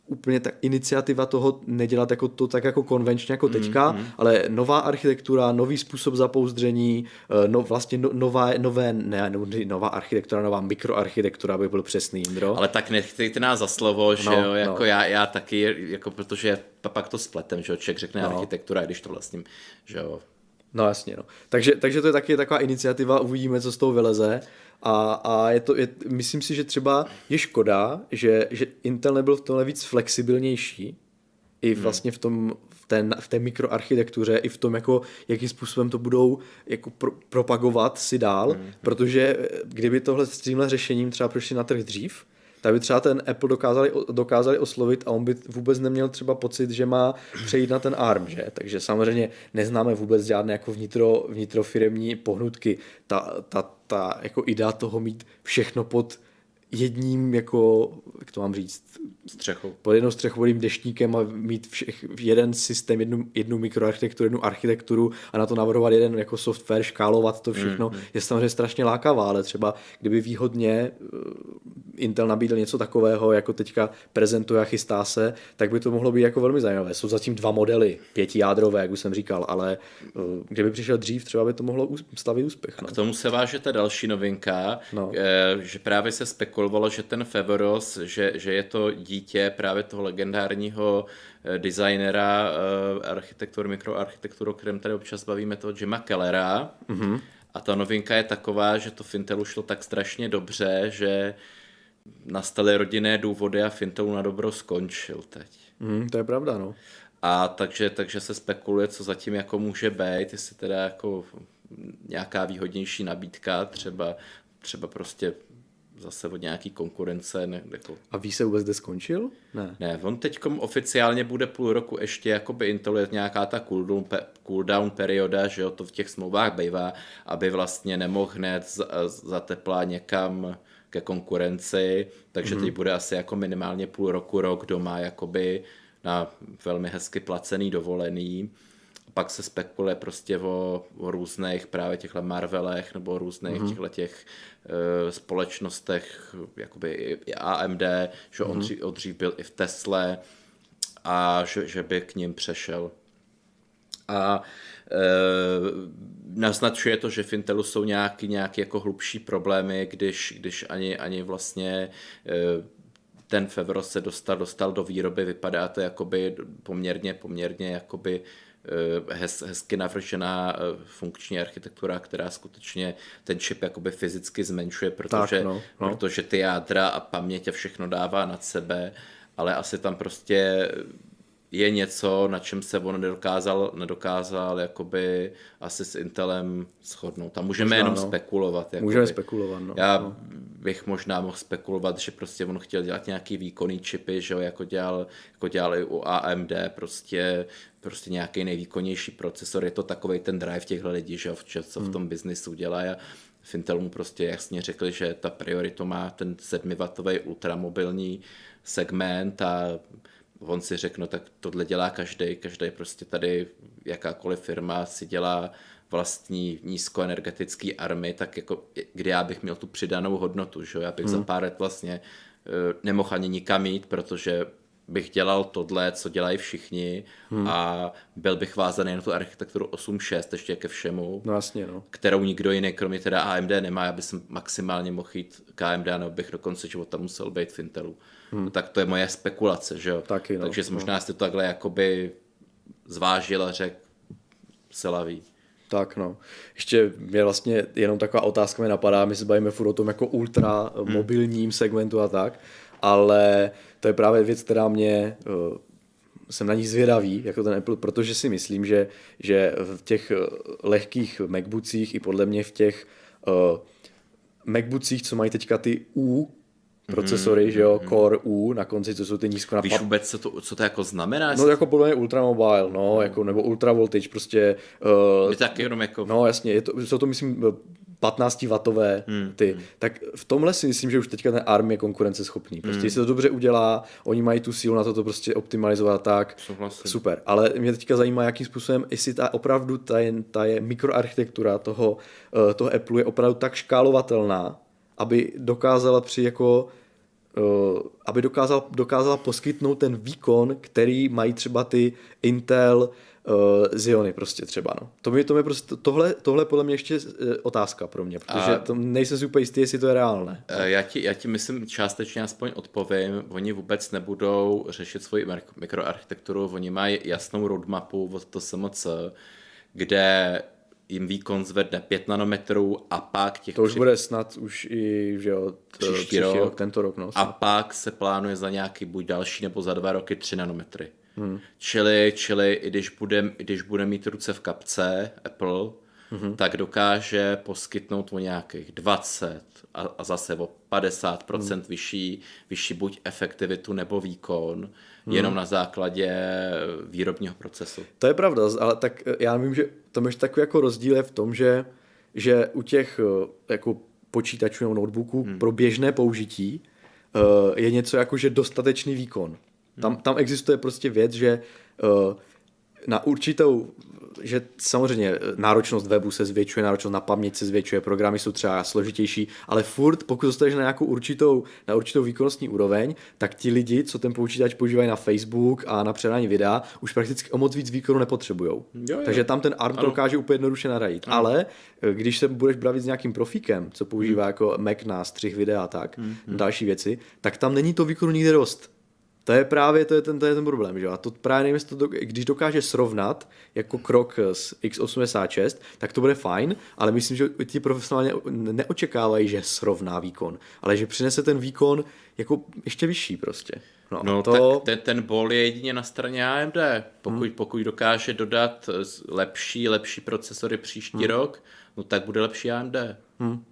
úplně ta iniciativa toho nedělat jako to tak jako konvenčně jako teďka, mm, mm. ale nová architektura, nový způsob zapouzdření, no, vlastně no, nová, nové, ne, no, nová architektura, nová mikroarchitektura, by byl přesný, Jindro. Ale tak nechtějte nás za slovo, že no, jo, jako no. já, já taky, jako protože pak to spletem, že jo, člověk řekne no. architektura, když to vlastně, že jo. No jasně, no. Takže, takže to je taky taková iniciativa, uvidíme, co z toho vyleze. A, a je to, je, myslím si, že třeba je škoda, že, že Intel nebyl v tomhle víc flexibilnější i vlastně v tom, v té, v té mikroarchitektuře, i v tom, jako, jakým způsobem to budou jako pro, propagovat si dál, hmm. protože kdyby tohle s tímhle řešením třeba prošli na trh dřív, tak by třeba ten Apple dokázali, dokázali oslovit a on by vůbec neměl třeba pocit, že má přejít na ten A R M, že? Takže samozřejmě neznáme vůbec žádné jako vnitro, vnitrofiremní pohnutky. Ta, ta, ta jako idea toho mít všechno pod jedním, jako, jak to mám říct, střechou. Pod jednou střechovým deštníkem a mít všech, jeden systém, jednu, jednu mikroarchitekturu, jednu architekturu a na to navrhovat jeden jako software, škálovat to všechno, mm, mm. je samozřejmě strašně lákavá, ale třeba kdyby výhodně Intel nabídl něco takového, jako teďka prezentuje a chystá se, tak by to mohlo být jako velmi zajímavé. Jsou zatím dva modely, pětijádrové, jak už jsem říkal, ale kdyby přišel dřív, třeba by to mohlo slavit úspěch. No. A k tomu se váže ta další novinka, no. že právě se spekulovalo, že ten Foveros, že, že je to dítě právě toho legendárního designera architekturu, mikroarchitekturu, o kterém tady občas bavíme, toho Jima Kellera. Mm-hmm. A ta novinka je taková, že to v Intelu šlo tak strašně dobře, že nastaly rodinné důvody a v Intelu na dobro skončil teď. Mm, to je pravda, no. A takže, takže se spekuluje, co zatím jako může být, jestli teda jako nějaká výhodnější nabídka, třeba, třeba prostě zase od nějaký konkurence. Ne, jako... A ví se vůbec, kde skončil? Ne. Ne, on teďkom oficiálně bude půl roku ještě, jakoby Intel je nějaká ta cooldown, pe, cooldown perioda, že jo, to v těch smlouvách bývá, aby vlastně nemohl hned zateplá někam ke konkurenci, takže mm-hmm. teď bude asi jako minimálně půl roku, rok doma, jakoby na velmi hezky placený dovolený. Pak se spekuluje prostě o, o různých právě těchto Marvelech nebo o různých mm-hmm. těchto těch uh, společnostech, jakoby i A M D, že mm-hmm. on dřív, on dřív byl i v Tesle a že, že by k ním přešel. A uh, naznačuje to, že v Intelu jsou nějaký, nějaký jako hlubší problémy, když, když ani, ani vlastně uh, ten Foveros se dostal, dostal do výroby, vypadá to jakoby poměrně, poměrně jakoby Hez, hezky navržená funkční architektura, která skutečně ten čip jakoby fyzicky zmenšuje, protože, tak, no, no. protože ty jádra a paměť a všechno dává nad sebe, ale asi tam prostě je něco, na čem se on nedokázal, nedokázal jakoby asi s Intelem shodnout. A můžeme možná, jenom no. spekulovat. Jakoby. Můžeme spekulovat, no. Já no. bych možná mohl spekulovat, že prostě on chtěl dělat nějaký výkonný čipy, že jo, jako dělal, jako dělal i u A M D, prostě, prostě nějaký nejvýkonnější procesor. Je to takovej ten drive těchto lidí, že jo, co v tom hmm. biznisu dělají. A v Intelu mu prostě jasně řekli, že ta prioritu má ten sedmiwatový ultramobilní segment a on si řekl, no tak tohle dělá každý, každý prostě tady jakákoliv firma si dělá vlastní nízkoenergetický army, tak jako kdy já bych měl tu přidanou hodnotu, že já bych hmm. za pár let vlastně uh, nemohl ani nikam jít, protože bych dělal tohle, co dělají všichni hmm. a byl bych vázaný na tu architekturu osm šest ještě ke všemu, no jasně, no. kterou nikdo jiný, kromě teda A M D nemá, já bych maximálně mohl jít k A M D, nebo bych do konce života musel být v Intelu. Hmm. No, tak to je moje spekulace, že jo. Taky, no. Takže možná jste to takhle jakoby zvážil a řekl, se laví. Tak no. Ještě mě vlastně jenom taková otázka mi napadá, my se bavíme furt o tom jako ultra hmm. mobilním segmentu a tak, ale to je právě věc, která mě, uh, jsem na ní zvědavý, jako ten Apple, protože si myslím, že, že v těch lehkých MacBookích i podle mě v těch uh, MacBookích, co mají teďka ty U procesory, mm, že jo, mm. Core U na konci, co jsou ty nízko na... Víš vůbec, co to, co to jako znamená? No jako podle mě ultramobile, no, mm. jako, nebo ultra voltage, prostě... Uh, je tak jenom jako... No jasně, je to, jsou to myslím patnáctiwattové mm. ty. Mm. Tak v tomhle si myslím, že už teďka ten A R M je konkurenceschopný. Prostě mm. jestli to dobře udělá, oni mají tu sílu na to to prostě optimalizovat tak, Souhlasím. Super. Ale mě teďka zajímá, jakým způsobem, jestli ta opravdu ta je, ta je mikroarchitektura toho, uh, toho Apple je opravdu tak škálovatelná, aby dokázala při jako aby dokázal, dokázala poskytnout ten výkon, který mají třeba ty Intel uh, Xeony prostě třeba, no. To mi, to mi prostě, tohle, tohle podle mě ještě je otázka pro mě, protože to nejsem si úplně jistý, jestli to je reálné. Já ti, já ti myslím částečně aspoň odpovím, oni vůbec nebudou řešit svoji mikroarchitekturu, oni mají jasnou roadmapu od T S M C, kde jim výkon zvedne pět nanometrů a pak těch... To už tři... bude snad už i, že jo, t- příští rok, rok, tento rok, no. A pak se plánuje za nějaký buď další nebo za dva roky tři nanometry. Hmm. Čili, čili i když bude, i když bude mít ruce v kapce Apple, hmm. tak dokáže poskytnout o nějakých dvacet a, a zase o padesát procent hmm. vyšší, vyšší buď efektivitu nebo výkon, hmm. jenom na základě výrobního procesu. To je pravda, ale tak já vím, že tam ještě takový jako rozdíl je v tom, že, že u těch jako počítačů nebo notebooků hmm. pro běžné použití uh, je něco jako, že dostatečný výkon. Tam, tam existuje prostě věc, že uh, na určitou, že samozřejmě náročnost webu se zvětšuje, náročnost na paměť se zvětšuje, programy jsou třeba složitější, ale furt, pokud dostaneš na nějakou určitou, na určitou výkonnostní úroveň, tak ti lidi, co ten počítač používají na Facebook a na předání videa, už prakticky o moc víc výkonu nepotřebujou. Jo, jo. Takže tam ten A R M to dokáže úplně jednoduše naradit. Ano. Ale když se budeš bavit s nějakým profíkem, co používá hmm. jako Mac na střih videa a tak, hmm. další věci, tak tam není to výkonu nikde dost. To je právě to je ten, to je ten problém, že? A to právě nevím, to, když dokáže srovnat jako krok s X osmdesát šest, tak to bude fajn, ale myslím, že ti profesionálně neočekávají, že srovná výkon, ale že přinese ten výkon jako ještě vyšší prostě. No, no to... tak ten, ten bol je jedině na straně A M D. Pokud, hmm. pokud dokáže dodat lepší, lepší procesory příští hmm. rok, no tak bude lepší A M D. Hmm.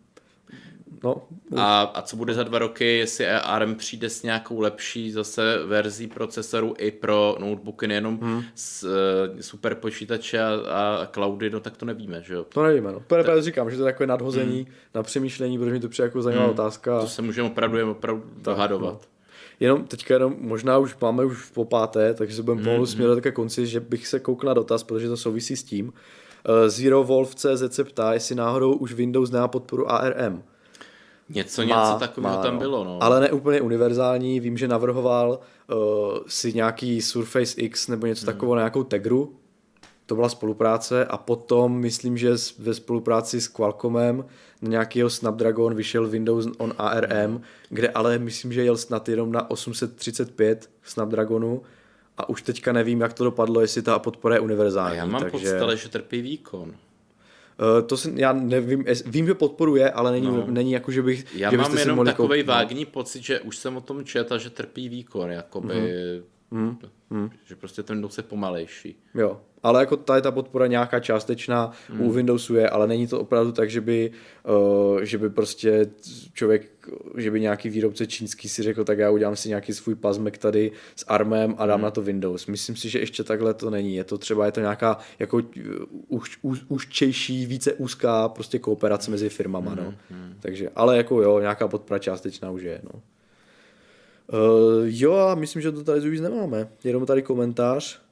No. A, a co bude za dva roky, jestli A R M přijde s nějakou lepší zase verzí procesoru i pro notebooky, nejenom hmm. s uh, super počítače a, a cloudy, no tak to nevíme, že jo? To nevíme, no. To je právě říkám, že to je takové nadhození hmm. na přemýšlení, protože mi to přijde jako zajímavá hmm. otázka. To se můžeme opravdu, opravdu dohadovat. No. Jenom teďka jenom, možná už máme už po páté, takže se budeme pomalu mm-hmm. směrovat ke konci, že bych se koukl na dotaz, protože to souvisí s tím. Uh, Zero Wolf C Z se ptá, jestli náhodou už Windows nemá podporu A R M. Něco, má, něco takového má, tam no. bylo, no. Ale ne úplně univerzální, vím, že navrhoval uh, si nějaký Surface X nebo něco hmm. takového, nějakou Tegru, to byla spolupráce a potom myslím, že ve spolupráci s Qualcommem na nějakého Snapdragon vyšel Windows on A R M, kde ale myslím, že jel snad jenom na osm set třicet pět Snapdragonu a už teďka nevím, jak to dopadlo, jestli ta podpora je univerzální. A já mám takže... pocit, že trpí výkon. Uh, to si, já nevím, vím, že podporuje, ale není, no. není jako, že bych... Já že mám jenom takovej vágní pocit, že už jsem o tom četl, že trpí výkon, jakoby, mm-hmm. Mm-hmm. že prostě ten Windows je pomalejší. Jo, ale jako tady ta podpora nějaká částečná mm. u Windowsu je, ale není to opravdu tak, že by, uh, že by prostě člověk, že by nějaký výrobce čínský si řekl, tak já udělám si nějaký svůj pazmek tady s ARMem a dám mm. na to Windows. Myslím si, že ještě takhle to není. Je to třeba, je to nějaká jako už, už, užčejší, více úzká prostě kooperace mezi firmama, mm. no. Mm. Takže, ale jako jo, nějaká podpora částečná už je, no. Uh, jo, a myslím, že to tady už nemáme. Jenom tady komentář.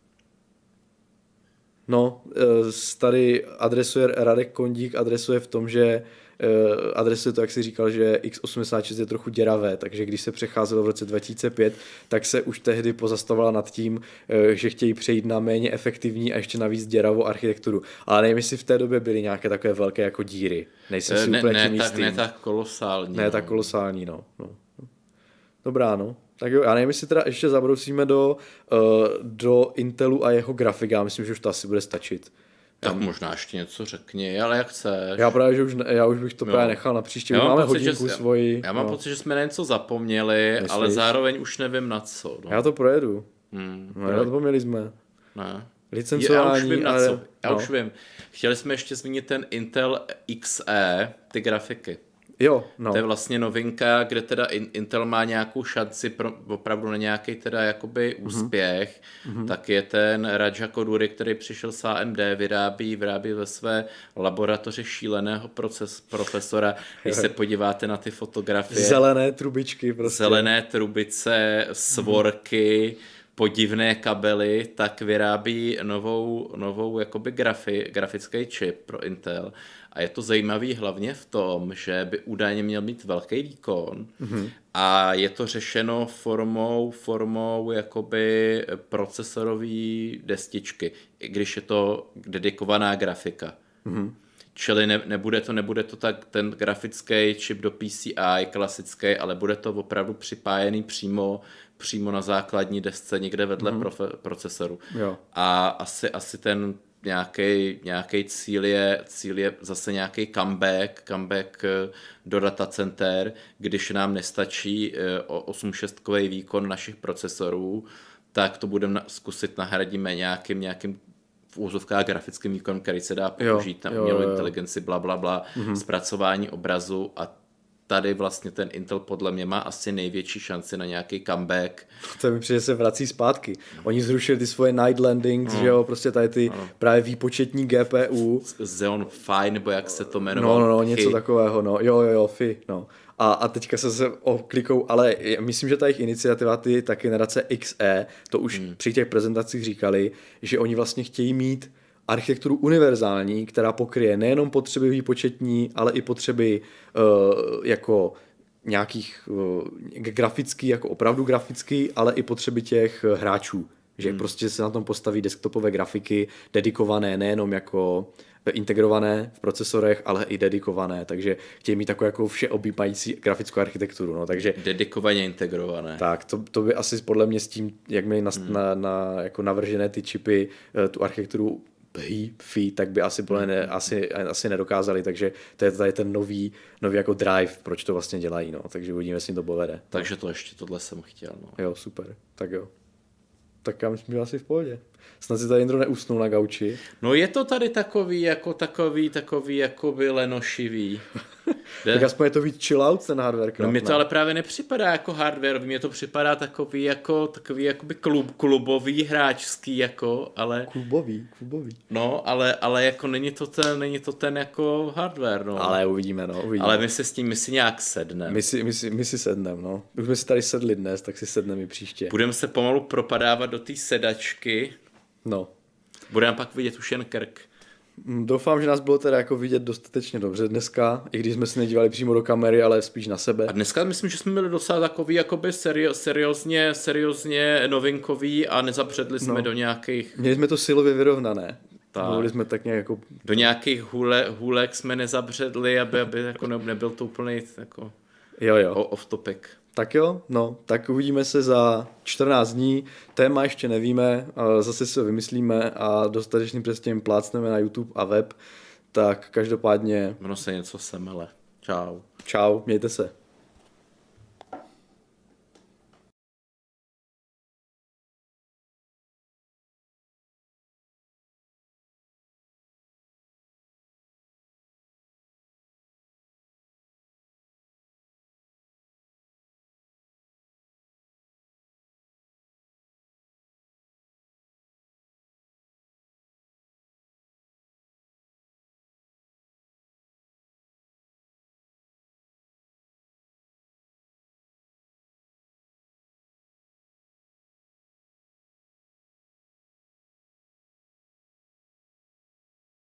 No, uh, tady adresuje Radek Kondík, adresuje v tom, že uh, adresuje to, jak si říkal, že X osmdesát šest je trochu děravé, takže když se přecházelo v roce dva tisíce pět, tak se už tehdy pozastavovala nad tím, uh, že chtějí přejít na méně efektivní a ještě navíc děravou architekturu. Ale nevím, jestli v té době byly nějaké takové velké jako díry. Nejsem si ne, úplně ne, tím tak, jistým. Ne tak kolosální. Ne no. tak kolosální, no. no. Dobrá, no. Tak jo, já nevím, jestli teda ještě zabrousíme do, uh, do Intelu a jeho grafik. Já myslím, že už to asi bude stačit. Tak um, možná ještě něco řekni, ale jak chceš. Já právě, že už, ne, já už bych to no. právě nechal na příště. Máme pocit, hodinku že, svoji. Já mám no. pocit, že jsme na něco zapomněli, Myslíš? Ale zároveň už nevím na co. No. Já to projedu. Hmm, no, zapomněli jsme. Ne. Licencování. Já už vím na ale... co. Já no. už vím. Chtěli jsme ještě zmínit ten Intel X E, ty grafiky. Jo, no. To je vlastně novinka, kde teda Intel má nějakou šanci pro, opravdu na nějaký teda jakoby úspěch, mm-hmm. tak je ten Raja Koduri, který přišel z A M D, vyrábí, vyrábí ve své laboratoři šíleného proces, profesora. Když se podíváte na ty fotografie. Zelené trubičky prostě. Zelené trubice, svorky, mm-hmm. podivné kabely, tak vyrábí novou, novou jakoby grafi, grafický čip pro Intel. A je to zajímavý hlavně v tom, že by údajně měl mít velký výkon mm-hmm. a je to řešeno formou, formou jakoby procesorové destičky, i když je to dedikovaná grafika. Mm-hmm. Čili ne, nebude to, nebude to tak ten grafický čip do P C I klasický, ale bude to opravdu připájený přímo, přímo na základní desce někde vedle mm-hmm. profe, procesoru. Jo. A asi, asi ten nějaký, nějaký cíl, je, cíl je zase nějaký comeback, comeback do datacenter, když nám nestačí osmišestkový výkon našich procesorů, tak to budeme zkusit nahradíme nějakým, nějakým v úzovkách grafickým výkonem, který se dá použít jo, na umělou inteligenci, bla, bla, bla, mm-hmm. zpracování obrazu a tady vlastně ten Intel podle mě má asi největší šanci na nějaký comeback. To mi přijde, se vrací zpátky. Oni zrušili ty svoje night landings, no. že jo, prostě tady ty no. právě výpočetní G P U. Xeon Phi, nebo jak se to jmenovalo. No, no, no, něco takového, no. Jo, jo, jo, Phi, no. A, a teďka se se oklikou, ale myslím, že ta jejich iniciativa, ty, ta generace X E, to už hmm. při těch prezentacích říkali, že oni vlastně chtějí mít architekturu univerzální, která pokryje nejenom potřeby výpočetní, ale i potřeby uh, jako nějakých uh, grafický, jako opravdu grafický, ale i potřeby těch hráčů. Že hmm. prostě se na tom postaví desktopové grafiky dedikované nejenom jako integrované v procesorech, ale i dedikované, takže chtějí mít takovou jako všeobjímající grafickou architekturu. No, takže, dedikovaně integrované. Tak, to, to by asi podle mě s tím, jak mají na, hmm. na, na, jako navržené ty čipy, tu architekturu Phi, tak by asi, hmm. ne, asi, asi nedokázali, takže to je tady ten nový, nový jako drive, proč to vlastně dělají, no, takže uvidíme, jestli to povede. Takže to ještě tohle jsem chtěl, no. Jo, super, tak jo. Tak já myslím, že asi v pohodě. Snad si tady Jindro neusnul na gauči. No je to tady takový, jako takový, takový, jakoby lenošivý. Tak aspoň je to víc chill out ten hardware. No mě to ale právě nepřipadá jako hardware, mně to připadá takový jako, takový jakoby klub, klubový, hráčský jako, ale... Klubový, klubový. No, ale, ale jako není to ten, není to ten jako hardware, no. Ale uvidíme, no, uvidíme. Ale my si s tím, my si nějak sedneme. My si, my si, my si sedneme, no. Už jsme si tady sedli dnes, tak si sedneme i příště. Budeme se pomalu propadávat do té sedačky. No. Budeme pak vidět už jen krk. Doufám, že nás bylo teda jako vidět dostatečně dobře dneska, i když jsme se nedívali přímo do kamery, ale spíš na sebe. A dneska myslím, že jsme byli docela takový jakoby serio, seriózně, seriózně novinkový a nezabředli jsme no. do nějakých... Měli jsme to silově vyrovnané. Mohli jsme tak nějak jako... Do nějakých hůle, hůlek jsme nezabředli, aby, aby jako nebyl to úplný jako jo, jo. off topic. Tak jo, no, tak uvidíme se za čtrnáct dní, téma ještě nevíme, zase si ho vymyslíme a dostatečným přestěm plácneme na YouTube a web, tak každopádně... Ono se něco semele. Čau. Čau, mějte se.